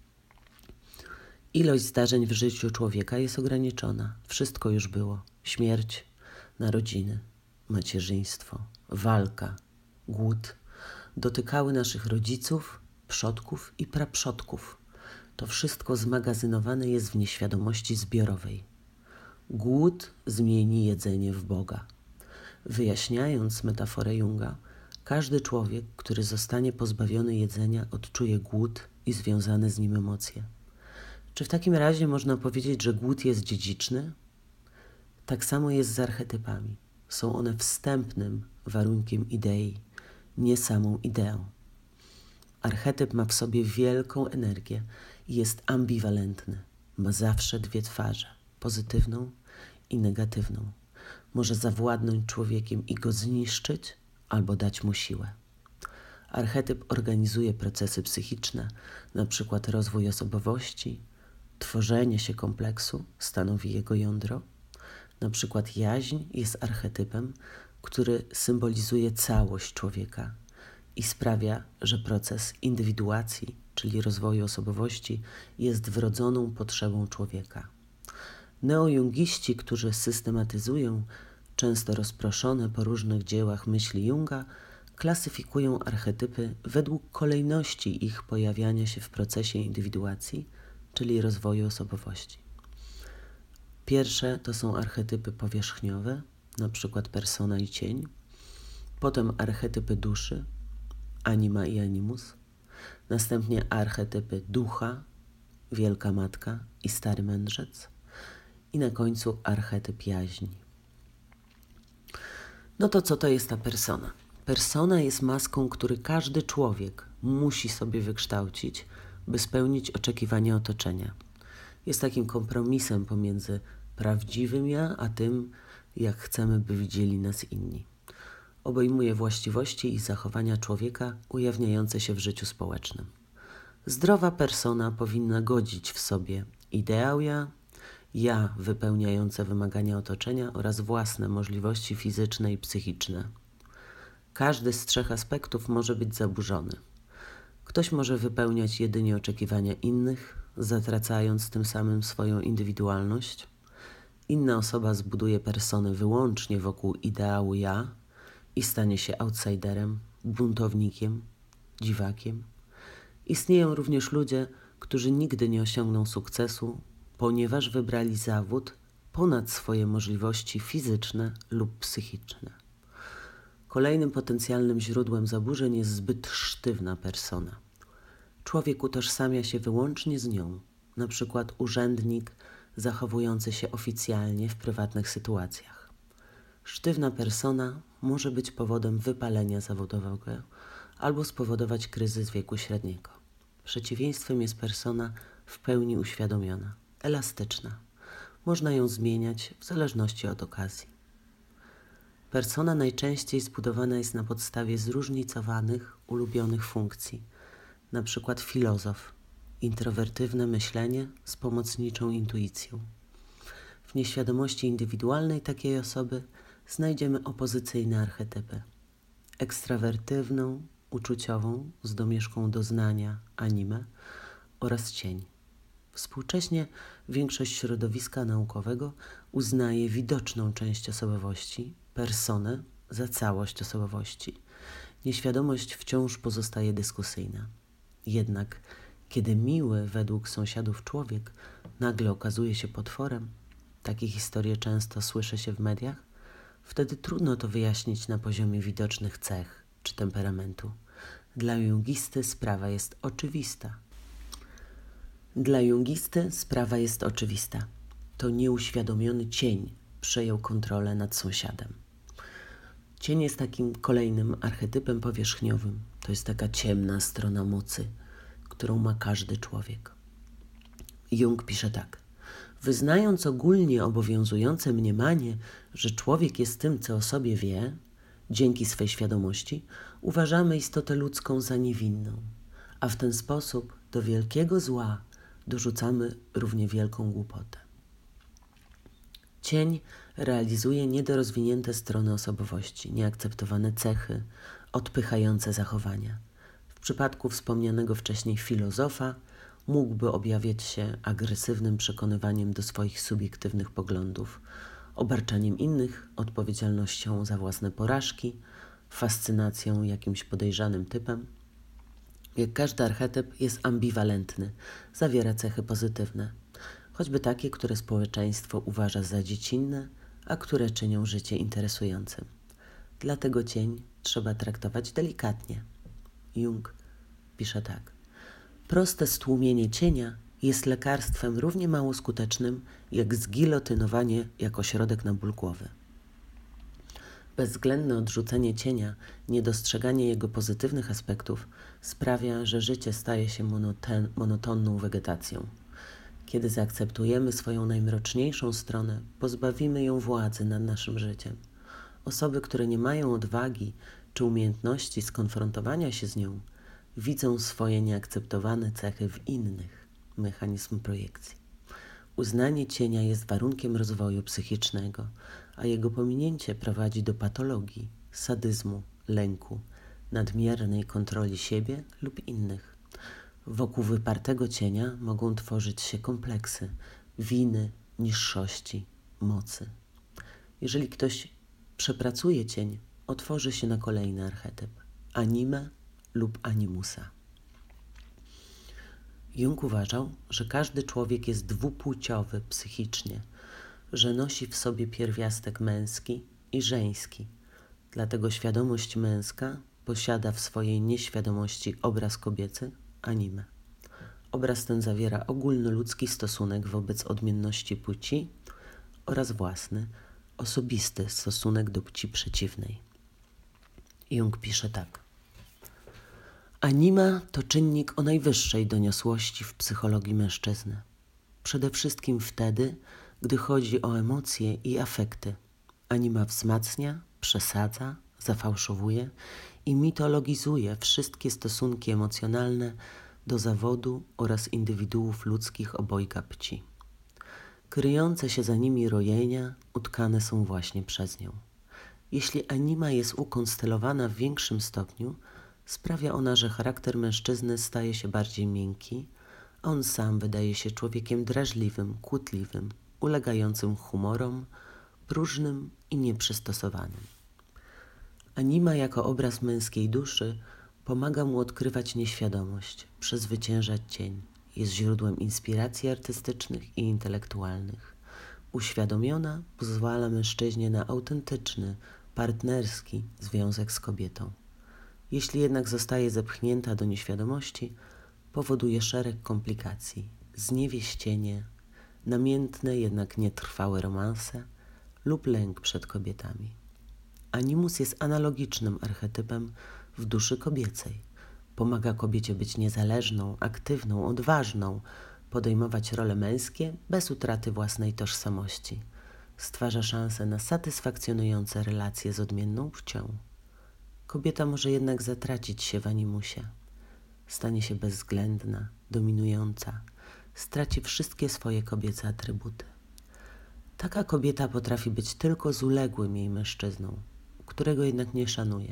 Ilość zdarzeń w życiu człowieka jest ograniczona. Wszystko już było. Śmierć, narodziny, macierzyństwo, walka, głód, dotykały naszych rodziców, przodków i praprzodków. To wszystko zmagazynowane jest w nieświadomości zbiorowej. Głód zmieni jedzenie w Boga. Wyjaśniając metaforę Junga, każdy człowiek, który zostanie pozbawiony jedzenia, odczuje głód i związane z nim emocje. Czy w takim razie można powiedzieć, że głód jest dziedziczny? Tak samo jest z archetypami. Są one wstępnym warunkiem idei, nie samą ideą. Archetyp ma w sobie wielką energię i jest ambiwalentny. Ma zawsze dwie twarze, pozytywną i negatywną. Może zawładnąć człowiekiem i go zniszczyć, albo dać mu siłę. Archetyp organizuje procesy psychiczne, na przykład rozwój osobowości, tworzenie się kompleksu stanowi jego jądro. Na przykład jaźń jest archetypem, który symbolizuje całość człowieka i sprawia, że proces indywiduacji, czyli rozwoju osobowości, jest wrodzoną potrzebą człowieka. Neojungiści, którzy systematyzują często rozproszone po różnych dziełach myśli Junga, klasyfikują archetypy według kolejności ich pojawiania się w procesie indywiduacji, czyli rozwoju osobowości. Pierwsze to są archetypy powierzchniowe, na przykład persona i cień, potem archetypy duszy, anima i animus, następnie archetypy ducha, wielka matka i stary mędrzec i na końcu archetyp jaźni. No to co to jest ta persona? Persona jest maską, który każdy człowiek musi sobie wykształcić, by spełnić oczekiwania otoczenia. Jest takim kompromisem pomiędzy prawdziwym ja, a tym, jak chcemy, by widzieli nas inni. Obejmuje właściwości i zachowania człowieka ujawniające się w życiu społecznym. Zdrowa persona powinna godzić w sobie ideał ja, ja wypełniające wymagania otoczenia oraz własne możliwości fizyczne i psychiczne. Każdy z trzech aspektów może być zaburzony. Ktoś może wypełniać jedynie oczekiwania innych, zatracając tym samym swoją indywidualność. Inna osoba zbuduje personę wyłącznie wokół ideału ja i stanie się outsiderem, buntownikiem, dziwakiem. Istnieją również ludzie, którzy nigdy nie osiągną sukcesu, ponieważ wybrali zawód ponad swoje możliwości fizyczne lub psychiczne. Kolejnym potencjalnym źródłem zaburzeń jest zbyt sztywna persona. Człowiek utożsamia się wyłącznie z nią, na przykład urzędnik zachowujący się oficjalnie w prywatnych sytuacjach. Sztywna persona może być powodem wypalenia zawodowego albo spowodować kryzys wieku średniego. Przeciwieństwem jest persona w pełni uświadomiona, elastyczna. Można ją zmieniać w zależności od okazji. Persona najczęściej zbudowana jest na podstawie zróżnicowanych, ulubionych funkcji, na przykład filozof, introwertywne myślenie z pomocniczą intuicją. W nieświadomości indywidualnej takiej osoby znajdziemy opozycyjne archetypy. Ekstrawertywną, uczuciową, z domieszką doznania, animę oraz cień. Współcześnie większość środowiska naukowego uznaje widoczną część osobowości, personę, za całość osobowości. Nieświadomość wciąż pozostaje dyskusyjna. Jednak kiedy miły według sąsiadów człowiek nagle okazuje się potworem, takie historie często słyszy się w mediach, wtedy trudno to wyjaśnić na poziomie widocznych cech czy temperamentu. Dla jungisty sprawa jest oczywista. Dla jungisty sprawa jest oczywista. To nieuświadomiony cień przejął kontrolę nad sąsiadem. Cień jest takim kolejnym archetypem powierzchniowym. To jest taka ciemna strona mocy, którą ma każdy człowiek. Jung pisze tak. Wyznając ogólnie obowiązujące mniemanie, że człowiek jest tym, co o sobie wie, dzięki swej świadomości, uważamy istotę ludzką za niewinną, a w ten sposób do wielkiego zła dorzucamy równie wielką głupotę. Cień realizuje niedorozwinięte strony osobowości, nieakceptowane cechy, odpychające zachowania. W przypadku wspomnianego wcześniej filozofa mógłby objawiać się agresywnym przekonywaniem do swoich subiektywnych poglądów, obarczaniem innych odpowiedzialnością za własne porażki fascynacją jakimś podejrzanym typem. Jak każdy archetyp jest ambiwalentny, zawiera cechy pozytywne, choćby takie, które społeczeństwo uważa za dziecinne, a które czynią życie interesującym. Dlatego cień trzeba traktować delikatnie. Jung pisze tak. Proste stłumienie cienia jest lekarstwem równie mało skutecznym, jak zgilotynowanie jako środek na ból głowy. Bezwzględne odrzucenie cienia, niedostrzeganie jego pozytywnych aspektów sprawia, że życie staje się monoten, monotonną wegetacją. Kiedy zaakceptujemy swoją najmroczniejszą stronę, pozbawimy ją władzy nad naszym życiem. Osoby, które nie mają odwagi czy umiejętności skonfrontowania się z nią, widzą swoje nieakceptowane cechy w innych. Mechanizm projekcji. Uznanie cienia jest warunkiem rozwoju psychicznego, a jego pominięcie prowadzi do patologii, sadyzmu, lęku, nadmiernej kontroli siebie lub innych. Wokół wypartego cienia mogą tworzyć się kompleksy, winy, niższości, mocy. Jeżeli ktoś przepracuje cień, otworzy się na kolejny archetyp – animę lub animusa. Jung uważał, że każdy człowiek jest dwupłciowy psychicznie, że nosi w sobie pierwiastek męski i żeński. Dlatego świadomość męska posiada w swojej nieświadomości obraz kobiecy, animę. Obraz ten zawiera ogólnoludzki stosunek wobec odmienności płci oraz własny, osobisty stosunek do płci przeciwnej. Jung pisze tak. Anima to czynnik o najwyższej doniosłości w psychologii mężczyzny. Przede wszystkim wtedy, gdy chodzi o emocje i afekty. Anima wzmacnia, przesadza, zafałszowuje i mitologizuje wszystkie stosunki emocjonalne do zawodu oraz indywiduów ludzkich obojga płci. Kryjące się za nimi rojenia utkane są właśnie przez nią. Jeśli anima jest ukonstelowana w większym stopniu, sprawia ona, że charakter mężczyzny staje się bardziej miękki, a on sam wydaje się człowiekiem drażliwym, kłótliwym, ulegającym humorom, próżnym i nieprzystosowanym. Anima jako obraz męskiej duszy pomaga mu odkrywać nieświadomość, przezwyciężać cień, jest źródłem inspiracji artystycznych i intelektualnych. Uświadomiona pozwala mężczyźnie na autentyczny, partnerski związek z kobietą. Jeśli jednak zostaje zepchnięta do nieświadomości, powoduje szereg komplikacji, zniewieścienie, namiętne, jednak nietrwałe romanse lub lęk przed kobietami. Animus jest analogicznym archetypem w duszy kobiecej. Pomaga kobiecie być niezależną, aktywną, odważną, podejmować role męskie bez utraty własnej tożsamości. Stwarza szansę na satysfakcjonujące relacje z odmienną płcią. Kobieta może jednak zatracić się w animusie. Stanie się bezwzględna, dominująca, straci wszystkie swoje kobiece atrybuty. Taka kobieta potrafi być tylko z uległym jej mężczyzną, którego jednak nie szanuje.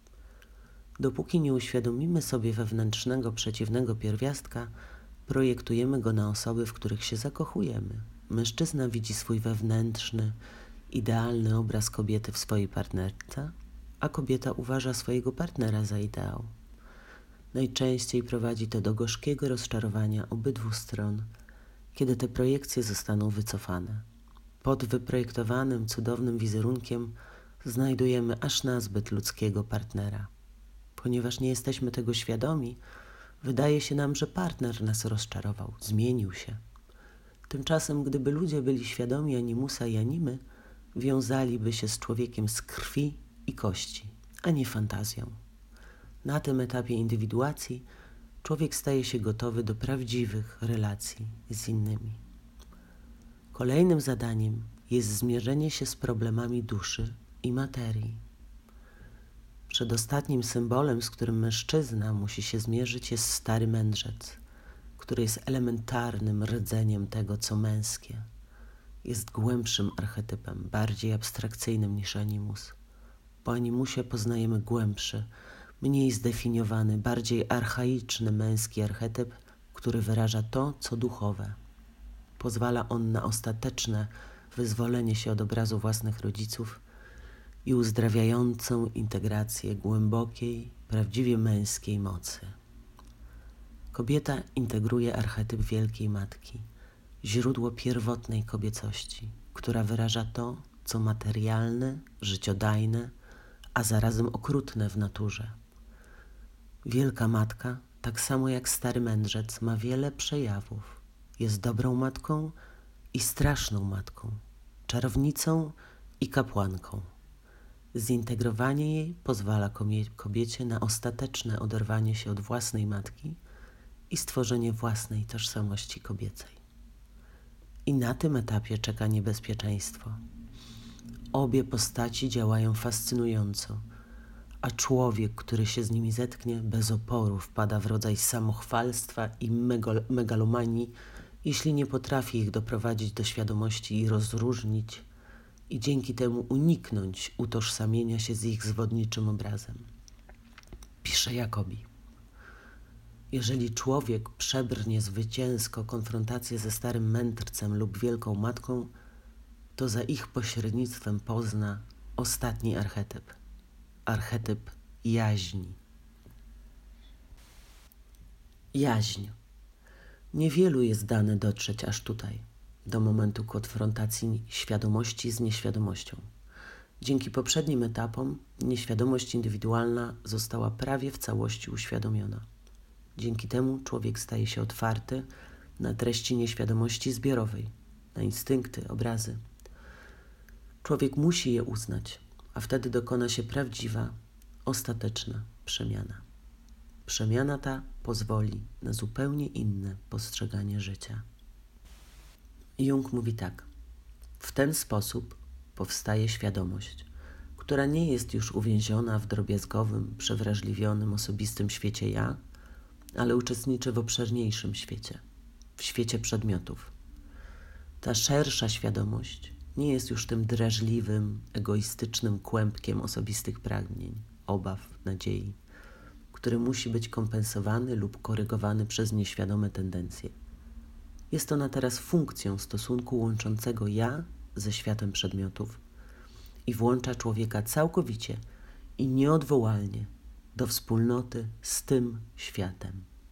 Dopóki nie uświadomimy sobie wewnętrznego przeciwnego pierwiastka, projektujemy go na osoby, w których się zakochujemy. Mężczyzna widzi swój wewnętrzny, idealny obraz kobiety w swojej partnerce, a kobieta uważa swojego partnera za ideał. Najczęściej prowadzi to do gorzkiego rozczarowania obydwu stron, kiedy te projekcje zostaną wycofane. Pod wyprojektowanym, cudownym wizerunkiem znajdujemy aż nazbyt ludzkiego partnera. Ponieważ nie jesteśmy tego świadomi, wydaje się nam, że partner nas rozczarował, zmienił się. Tymczasem, gdyby ludzie byli świadomi animusa i animy, wiązaliby się z człowiekiem z krwi i kości, a nie fantazją. Na tym etapie indywiduacji człowiek staje się gotowy do prawdziwych relacji z innymi. Kolejnym zadaniem jest zmierzenie się z problemami duszy i materii. Przedostatnim symbolem, z którym mężczyzna musi się zmierzyć, jest stary mędrzec, który jest elementarnym rdzeniem tego, co męskie. Jest głębszym archetypem, bardziej abstrakcyjnym niż animus. Po animusie poznajemy głębszy, mniej zdefiniowany, bardziej archaiczny męski archetyp, który wyraża to, co duchowe. Pozwala on na ostateczne wyzwolenie się od obrazu własnych rodziców i uzdrawiającą integrację głębokiej, prawdziwie męskiej mocy. Kobieta integruje archetyp Wielkiej Matki, źródło pierwotnej kobiecości, która wyraża to, co materialne, życiodajne, a zarazem okrutne w naturze. Wielka Matka, tak samo jak Stary Mędrzec, ma wiele przejawów. Jest dobrą matką i straszną matką, czarownicą i kapłanką. Zintegrowanie jej pozwala kobiecie na ostateczne oderwanie się od własnej matki i stworzenie własnej tożsamości kobiecej. I na tym etapie czeka niebezpieczeństwo. Obie postaci działają fascynująco, a człowiek, który się z nimi zetknie, bez oporu wpada w rodzaj samochwalstwa i megal- megalomanii, jeśli nie potrafi ich doprowadzić do świadomości i rozróżnić, i dzięki temu uniknąć utożsamienia się z ich zwodniczym obrazem. Pisze Jacobi. Jeżeli człowiek przebrnie zwycięsko konfrontację ze starym mędrcem lub wielką matką, to za ich pośrednictwem pozna ostatni archetyp. Archetyp jaźni. Jaźń. Niewielu jest dane dotrzeć aż tutaj, do momentu konfrontacji świadomości z nieświadomością. Dzięki poprzednim etapom nieświadomość indywidualna została prawie w całości uświadomiona. Dzięki temu człowiek staje się otwarty na treści nieświadomości zbiorowej, na instynkty, obrazy. Człowiek musi je uznać, a wtedy dokona się prawdziwa, ostateczna przemiana. Przemiana ta pozwoli na zupełnie inne postrzeganie życia. Jung mówi tak. W ten sposób powstaje świadomość, która nie jest już uwięziona w drobiazgowym, przewrażliwionym, osobistym świecie ja, ale uczestniczy w obszerniejszym świecie, w świecie przedmiotów. Ta szersza świadomość nie jest już tym drażliwym, egoistycznym kłębkiem osobistych pragnień, obaw, nadziei, który musi być kompensowany lub korygowany przez nieświadome tendencje. Jest ona teraz funkcją stosunku łączącego ja ze światem przedmiotów i włącza człowieka całkowicie i nieodwołalnie do wspólnoty z tym światem.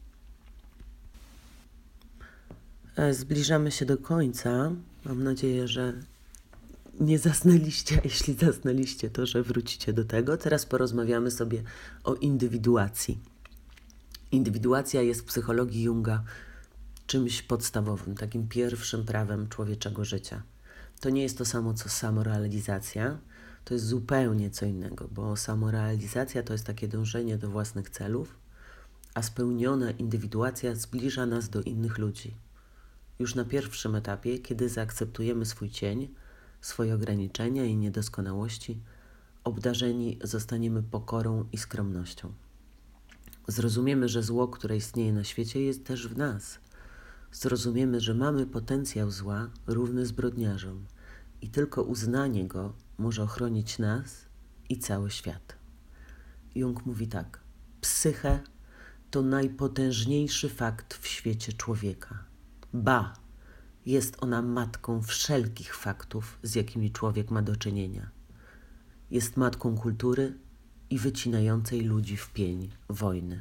Zbliżamy się do końca. Mam nadzieję, że nie zasnęliście, a jeśli zasnęliście, to że wrócicie do tego. Teraz porozmawiamy sobie o indywiduacji. Indywiduacja jest w psychologii Junga czymś podstawowym, takim pierwszym prawem człowieczego życia. To nie jest to samo, co samorealizacja. To jest zupełnie co innego, bo samorealizacja to jest takie dążenie do własnych celów, a spełniona indywiduacja zbliża nas do innych ludzi. Już na pierwszym etapie, kiedy zaakceptujemy swój cień, swoje ograniczenia i niedoskonałości, obdarzeni zostaniemy pokorą i skromnością. Zrozumiemy, że zło, które istnieje na świecie, jest też w nas. Zrozumiemy, że mamy potencjał zła równy zbrodniarzom i tylko uznanie go może ochronić nas i cały świat. Jung mówi tak. Psyche to najpotężniejszy fakt w świecie człowieka. Ba, jest ona matką wszelkich faktów, z jakimi człowiek ma do czynienia. Jest matką kultury i wycinającej ludzi w pień wojny.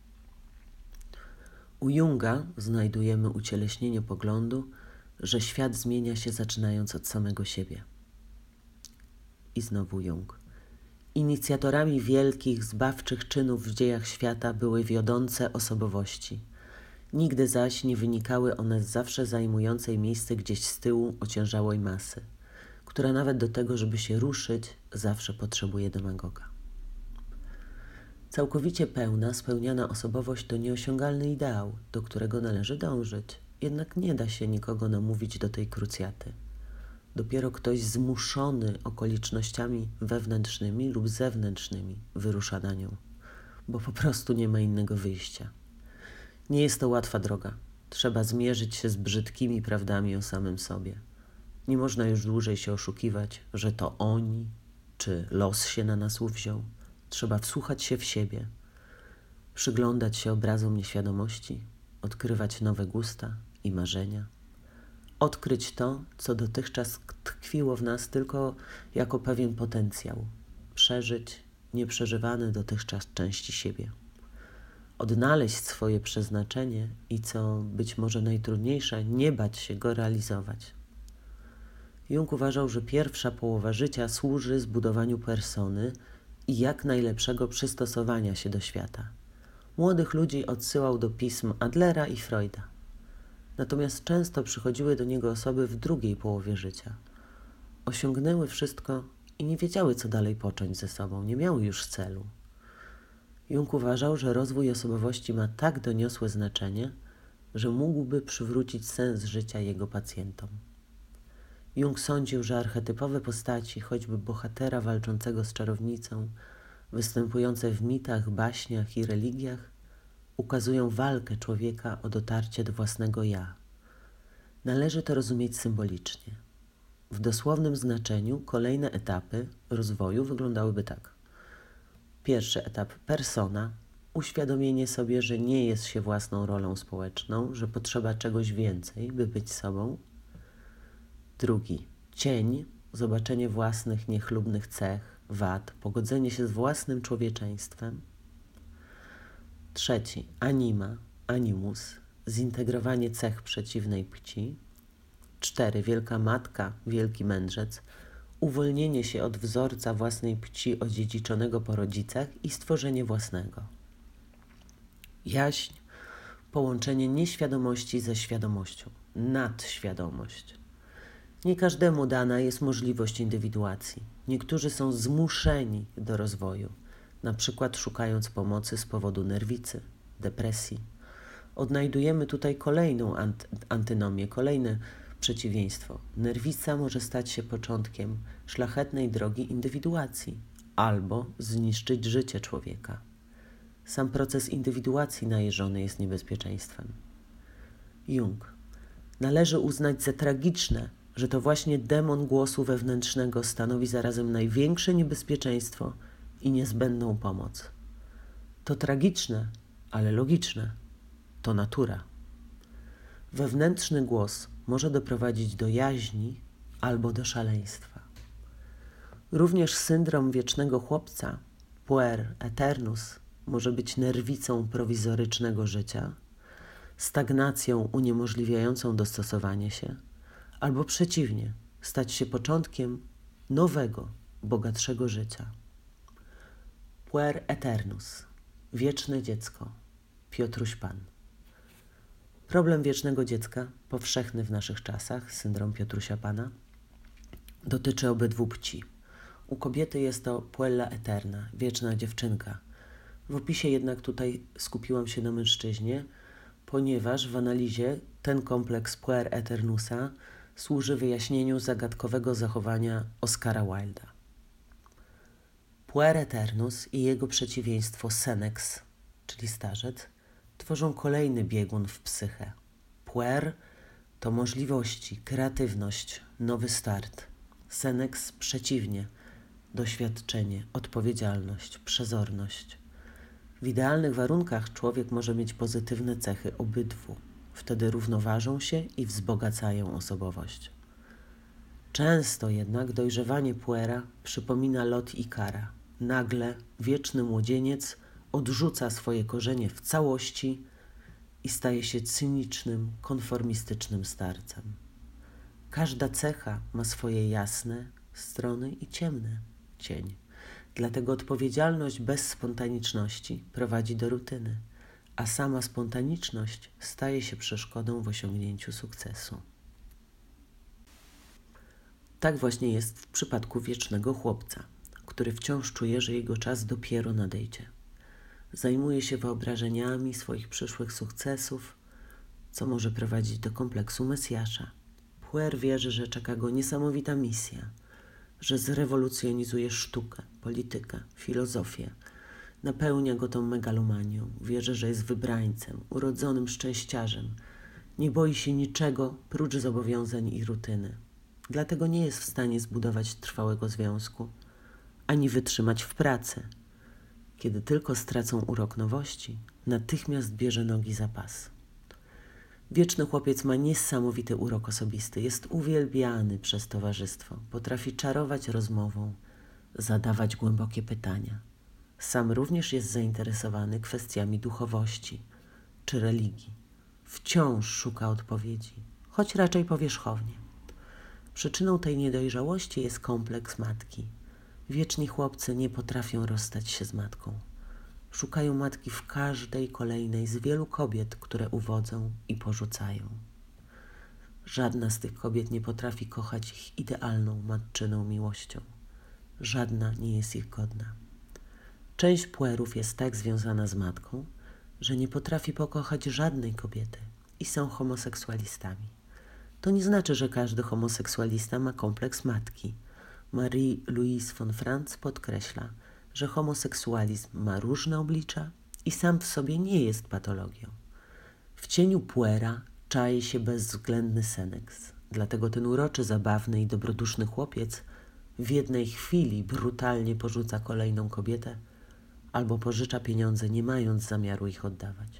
U Junga znajdujemy ucieleśnienie poglądu, że świat zmienia się zaczynając od samego siebie. I znowu Jung. Inicjatorami wielkich, zbawczych czynów w dziejach świata były wiodące osobowości. Nigdy zaś nie wynikały one z zawsze zajmującej miejsce gdzieś z tyłu ociężałej masy, która nawet do tego, żeby się ruszyć, zawsze potrzebuje demagoga. Całkowicie pełna, spełniana osobowość to nieosiągalny ideał, do którego należy dążyć, jednak nie da się nikogo namówić do tej krucjaty. Dopiero ktoś zmuszony okolicznościami wewnętrznymi lub zewnętrznymi wyrusza na nią, bo po prostu nie ma innego wyjścia. Nie jest to łatwa droga. Trzeba zmierzyć się z brzydkimi prawdami o samym sobie. Nie można już dłużej się oszukiwać, że to oni czy los się na nas uwziął. Trzeba wsłuchać się w siebie, przyglądać się obrazom nieświadomości, odkrywać nowe gusta i marzenia, odkryć to, co dotychczas tkwiło w nas tylko jako pewien potencjał, przeżyć nieprzeżywane dotychczas części siebie, odnaleźć swoje przeznaczenie i, co być może najtrudniejsze, nie bać się go realizować. Jung uważał, że pierwsza połowa życia służy zbudowaniu persony i jak najlepszego przystosowania się do świata. Młodych ludzi odsyłał do pism Adlera i Freuda. Natomiast często przychodziły do niego osoby w drugiej połowie życia. Osiągnęły wszystko i nie wiedziały, co dalej począć ze sobą, nie miały już celu. Jung uważał, że rozwój osobowości ma tak doniosłe znaczenie, że mógłby przywrócić sens życia jego pacjentom. Jung sądził, że archetypowe postaci, choćby bohatera walczącego z czarownicą, występujące w mitach, baśniach i religiach, ukazują walkę człowieka o dotarcie do własnego ja. Należy to rozumieć symbolicznie. W dosłownym znaczeniu kolejne etapy rozwoju wyglądałyby tak. Pierwszy etap – persona, uświadomienie sobie, że nie jest się własną rolą społeczną, że potrzeba czegoś więcej, by być sobą. Drugi – cień, zobaczenie własnych niechlubnych cech, wad, pogodzenie się z własnym człowieczeństwem. Trzeci – anima, animus, zintegrowanie cech przeciwnej płci. Cztery – wielka matka, wielki mędrzec, uwolnienie się od wzorca własnej płci odziedziczonego po rodzicach i stworzenie własnego. Jaźń, połączenie nieświadomości ze świadomością, nadświadomość. Nie każdemu dana jest możliwość indywiduacji. Niektórzy są zmuszeni do rozwoju, na przykład szukając pomocy z powodu nerwicy, depresji. Odnajdujemy tutaj kolejną ant- antynomię, kolejne przeciwieństwo. Nerwica może stać się początkiem szlachetnej drogi indywiduacji albo zniszczyć życie człowieka. Sam proces indywiduacji najeżony jest niebezpieczeństwem. Jung. Należy uznać za tragiczne, że to właśnie demon głosu wewnętrznego stanowi zarazem największe niebezpieczeństwo i niezbędną pomoc. To tragiczne, ale logiczne. To natura. Wewnętrzny głos może doprowadzić do jaźni albo do szaleństwa. Również syndrom wiecznego chłopca, puer aeternus, może być nerwicą prowizorycznego życia, stagnacją uniemożliwiającą dostosowanie się, albo przeciwnie, stać się początkiem nowego, bogatszego życia. Puer aeternus, wieczne dziecko, Piotruś Pan. Problem wiecznego dziecka, powszechny w naszych czasach, syndrom Piotrusia Pana, dotyczy obydwu płci. U kobiety jest to puella eterna, wieczna dziewczynka. W opisie jednak tutaj skupiłam się na mężczyźnie, ponieważ w analizie ten kompleks puer eternusa służy wyjaśnieniu zagadkowego zachowania Oscara Wilda. Puer eternus i jego przeciwieństwo senex, czyli starzec, tworzą kolejny biegun w psychę. Puer to możliwości, kreatywność, nowy start. Senex przeciwnie, doświadczenie, odpowiedzialność, przezorność. W idealnych warunkach człowiek może mieć pozytywne cechy obydwu. Wtedy równoważą się i wzbogacają osobowość. Często jednak dojrzewanie puera przypomina lot Ikara. Nagle wieczny młodzieniec odrzuca swoje korzenie w całości i staje się cynicznym, konformistycznym starcem. Każda cecha ma swoje jasne strony i ciemne cień. Dlatego odpowiedzialność bez spontaniczności prowadzi do rutyny, a sama spontaniczność staje się przeszkodą w osiągnięciu sukcesu. Tak właśnie jest w przypadku wiecznego chłopca, który wciąż czuje, że jego czas dopiero nadejdzie. Zajmuje się wyobrażeniami swoich przyszłych sukcesów, co może prowadzić do kompleksu Mesjasza. Puer wierzy, że czeka go niesamowita misja, że zrewolucjonizuje sztukę, politykę, filozofię. Napełnia go tą megalomanią. Wierzy, że jest wybrańcem, urodzonym szczęściarzem. Nie boi się niczego prócz zobowiązań i rutyny. Dlatego nie jest w stanie zbudować trwałego związku, ani wytrzymać w pracy. Kiedy tylko stracą urok nowości, natychmiast bierze nogi za pas. Wieczny chłopiec ma niesamowity urok osobisty. Jest uwielbiany przez towarzystwo. Potrafi czarować rozmową, zadawać głębokie pytania. Sam również jest zainteresowany kwestiami duchowości czy religii. Wciąż szuka odpowiedzi, choć raczej powierzchownie. Przyczyną tej niedojrzałości jest kompleks matki. Wieczni chłopcy nie potrafią rozstać się z matką. Szukają matki w każdej kolejnej z wielu kobiet, które uwodzą i porzucają. Żadna z tych kobiet nie potrafi kochać ich idealną matczyną miłością. Żadna nie jest ich godna. Część puerów jest tak związana z matką, że nie potrafi pokochać żadnej kobiety i są homoseksualistami. To nie znaczy, że każdy homoseksualista ma kompleks matki. Marie-Louise von Franz podkreśla, że homoseksualizm ma różne oblicza i sam w sobie nie jest patologią. W cieniu puera czai się bezwzględny Seneks. Dlatego ten uroczy, zabawny i dobroduszny chłopiec w jednej chwili brutalnie porzuca kolejną kobietę albo pożycza pieniądze, nie mając zamiaru ich oddawać.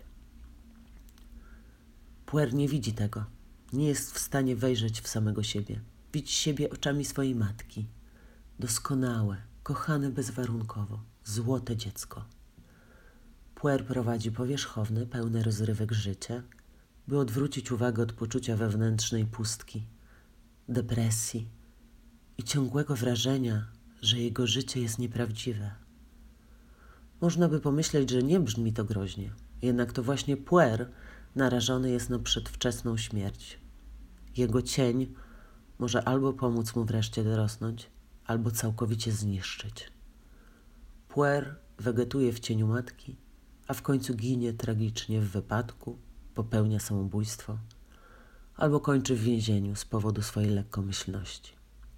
Puer nie widzi tego. Nie jest w stanie wejrzeć w samego siebie. Widzi siebie oczami swojej matki. Doskonałe, kochane bezwarunkowo, złote dziecko. Puer prowadzi powierzchowne, pełne rozrywek życie, by odwrócić uwagę od poczucia wewnętrznej pustki, depresji i ciągłego wrażenia, że jego życie jest nieprawdziwe. Można by pomyśleć, że nie brzmi to groźnie, jednak to właśnie puer narażony jest na przedwczesną śmierć. Jego cień może albo pomóc mu wreszcie dorosnąć, albo całkowicie zniszczyć. Puer wegetuje w cieniu matki, a w końcu ginie tragicznie w wypadku, popełnia samobójstwo albo kończy w więzieniu z powodu swojej lekkomyślności.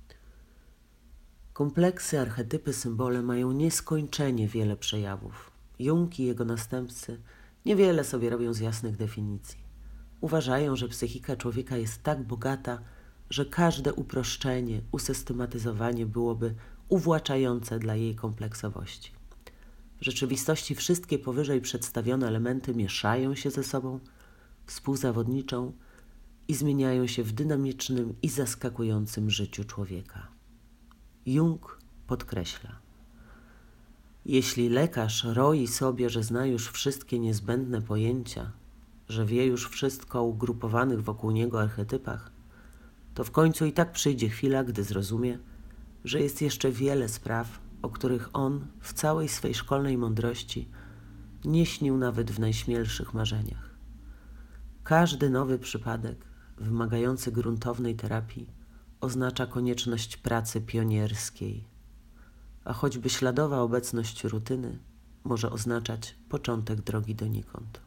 Kompleksy, archetypy, symbole mają nieskończenie wiele przejawów. Jung i jego następcy niewiele sobie robią z jasnych definicji. Uważają, że psychika człowieka jest tak bogata, że każde uproszczenie, usystematyzowanie byłoby uwłaczające dla jej kompleksowości. W rzeczywistości wszystkie powyżej przedstawione elementy mieszają się ze sobą, współzawodniczą i zmieniają się w dynamicznym i zaskakującym życiu człowieka. Jung podkreśla: jeśli lekarz roi sobie, że zna już wszystkie niezbędne pojęcia, że wie już wszystko o ugrupowanych wokół niego archetypach, to w końcu i tak przyjdzie chwila, gdy zrozumie, że jest jeszcze wiele spraw, o których on w całej swej szkolnej mądrości nie śnił nawet w najśmielszych marzeniach. Każdy nowy przypadek, wymagający gruntownej terapii, oznacza konieczność pracy pionierskiej, a choćby śladowa obecność rutyny może oznaczać początek drogi donikąd.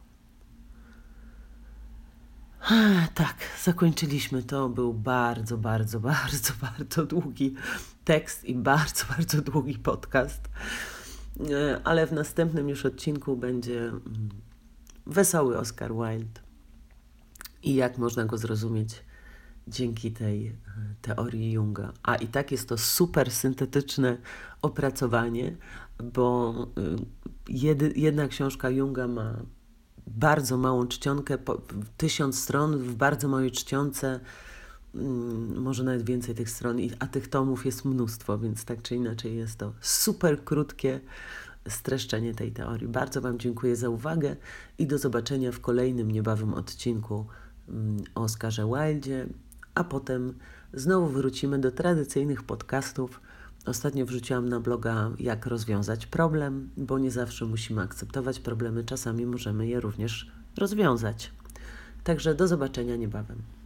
Tak, zakończyliśmy. To był bardzo, bardzo, bardzo, bardzo długi tekst i bardzo, bardzo długi podcast. Ale w następnym już odcinku będzie wesoły Oscar Wilde i jak można go zrozumieć dzięki tej teorii Junga. A i tak jest to super syntetyczne opracowanie, bo jedy, jedna książka Junga ma bardzo małą czcionkę, po, tysiąc stron w bardzo małej czcionce, mm, może nawet więcej tych stron, a tych tomów jest mnóstwo, więc tak czy inaczej jest to super krótkie streszczenie tej teorii. Bardzo Wam dziękuję za uwagę i do zobaczenia w kolejnym niebawem odcinku mm, o Oscarze Wildzie, a potem znowu wrócimy do tradycyjnych podcastów. Ostatnio wrzuciłam na bloga, jak rozwiązać problem, bo nie zawsze musimy akceptować problemy, czasami możemy je również rozwiązać. Także do zobaczenia niebawem.